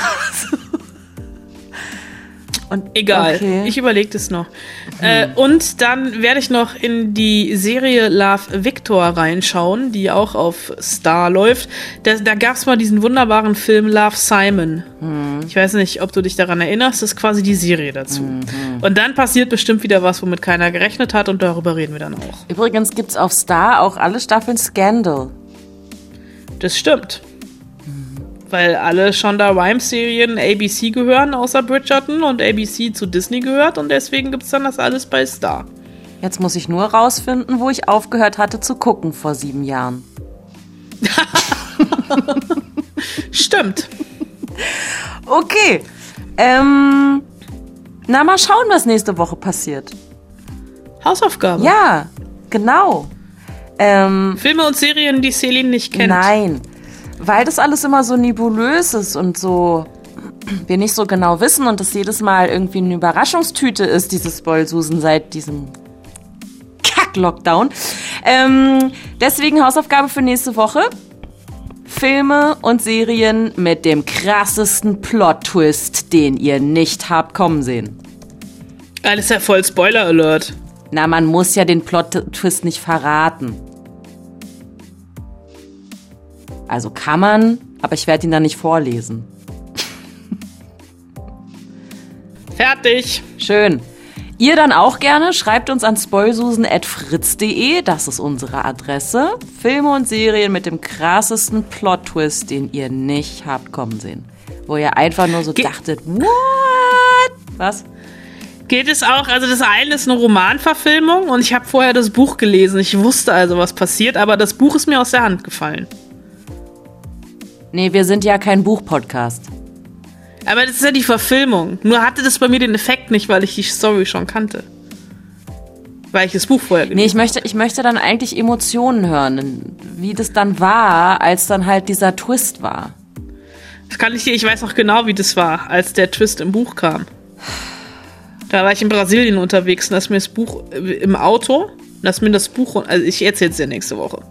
Und egal, okay. Ich überlege das noch. Hm. Äh, und dann werde ich noch in die Serie Love Victor reinschauen, die auch auf Star läuft. Da, da gab es mal diesen wunderbaren Film Love Simon. Hm. Ich weiß nicht, ob du dich daran erinnerst, das ist quasi die Serie dazu. Hm. Und dann passiert bestimmt wieder was, womit keiner gerechnet hat und darüber reden wir dann auch. Übrigens gibt's auf Star auch alle Staffeln Scandal. Das stimmt. Weil alle Shonda Rhimes-Serien A B C gehören, außer Bridgerton, und A B C zu Disney gehört, und deswegen gibt's dann das alles bei Star. Jetzt muss ich nur rausfinden, wo ich aufgehört hatte zu gucken vor sieben Jahren. Stimmt. Okay. Ähm, na, mal schauen, was nächste Woche passiert. Hausaufgabe. Ja, genau. Ähm, Filme und Serien, die Celine nicht kennt. Nein. Weil das alles immer so nebulös ist und so wir nicht so genau wissen und das jedes Mal irgendwie eine Überraschungstüte ist, dieses Spoilsusen seit diesem Kack-Lockdown. Ähm, deswegen Hausaufgabe für nächste Woche. Filme und Serien mit dem krassesten Plot-Twist, den ihr nicht habt kommen sehen. Alles ja voll Spoiler-Alert. Na, man muss ja den Plot-Twist nicht verraten. Also kann man, aber ich werde ihn dann nicht vorlesen. fertig. Schön. Ihr dann auch gerne, schreibt uns an spoilsusen at fritz punkt de, das ist unsere Adresse. Filme und Serien mit dem krassesten Plot-Twist, den ihr nicht habt kommen sehen. Wo ihr einfach nur so Ge- dachtet, what? Was? Geht es auch, also das eine ist eine Romanverfilmung und ich habe vorher das Buch gelesen. Ich wusste also, was passiert, aber das Buch ist mir aus der Hand gefallen. Nee, wir sind ja kein Buch-Podcast. Aber das ist ja die Verfilmung. Nur hatte das bei mir den Effekt nicht, weil ich die Story schon kannte. Weil ich das Buch vorher gelesen habe. Nee, ich möchte, ich möchte dann eigentlich Emotionen hören. Wie das dann war, als dann halt dieser Twist war. Das kann ich dir, ich weiß noch genau, wie das war, als der Twist im Buch kam. Da war ich in Brasilien unterwegs und da ist mir das Buch im Auto, da ist mir das Buch, also ich erzähle es dir nächste Woche.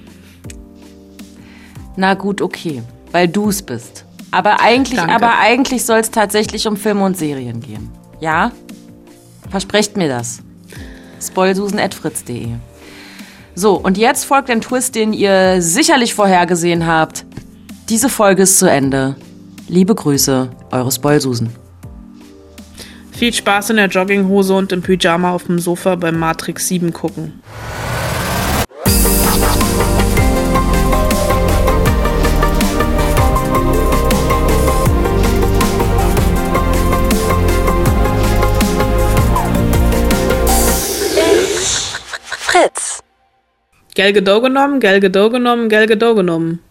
Na gut, okay, weil du es bist. Aber eigentlich, Danke. aber eigentlich soll es tatsächlich um Filme und Serien gehen. Ja? Versprecht mir das. spoilsusen at fritz punkt de. So, und jetzt folgt ein Twist, den ihr sicherlich vorhergesehen habt. Diese Folge ist zu Ende. Liebe Grüße, eure Spoilsusen. Viel Spaß in der Jogginghose und im Pyjama auf dem Sofa beim Matrix sieben gucken. Fritz. Gel Gedau genommen, Gel Gedau genommen, Gel Gedau genommen.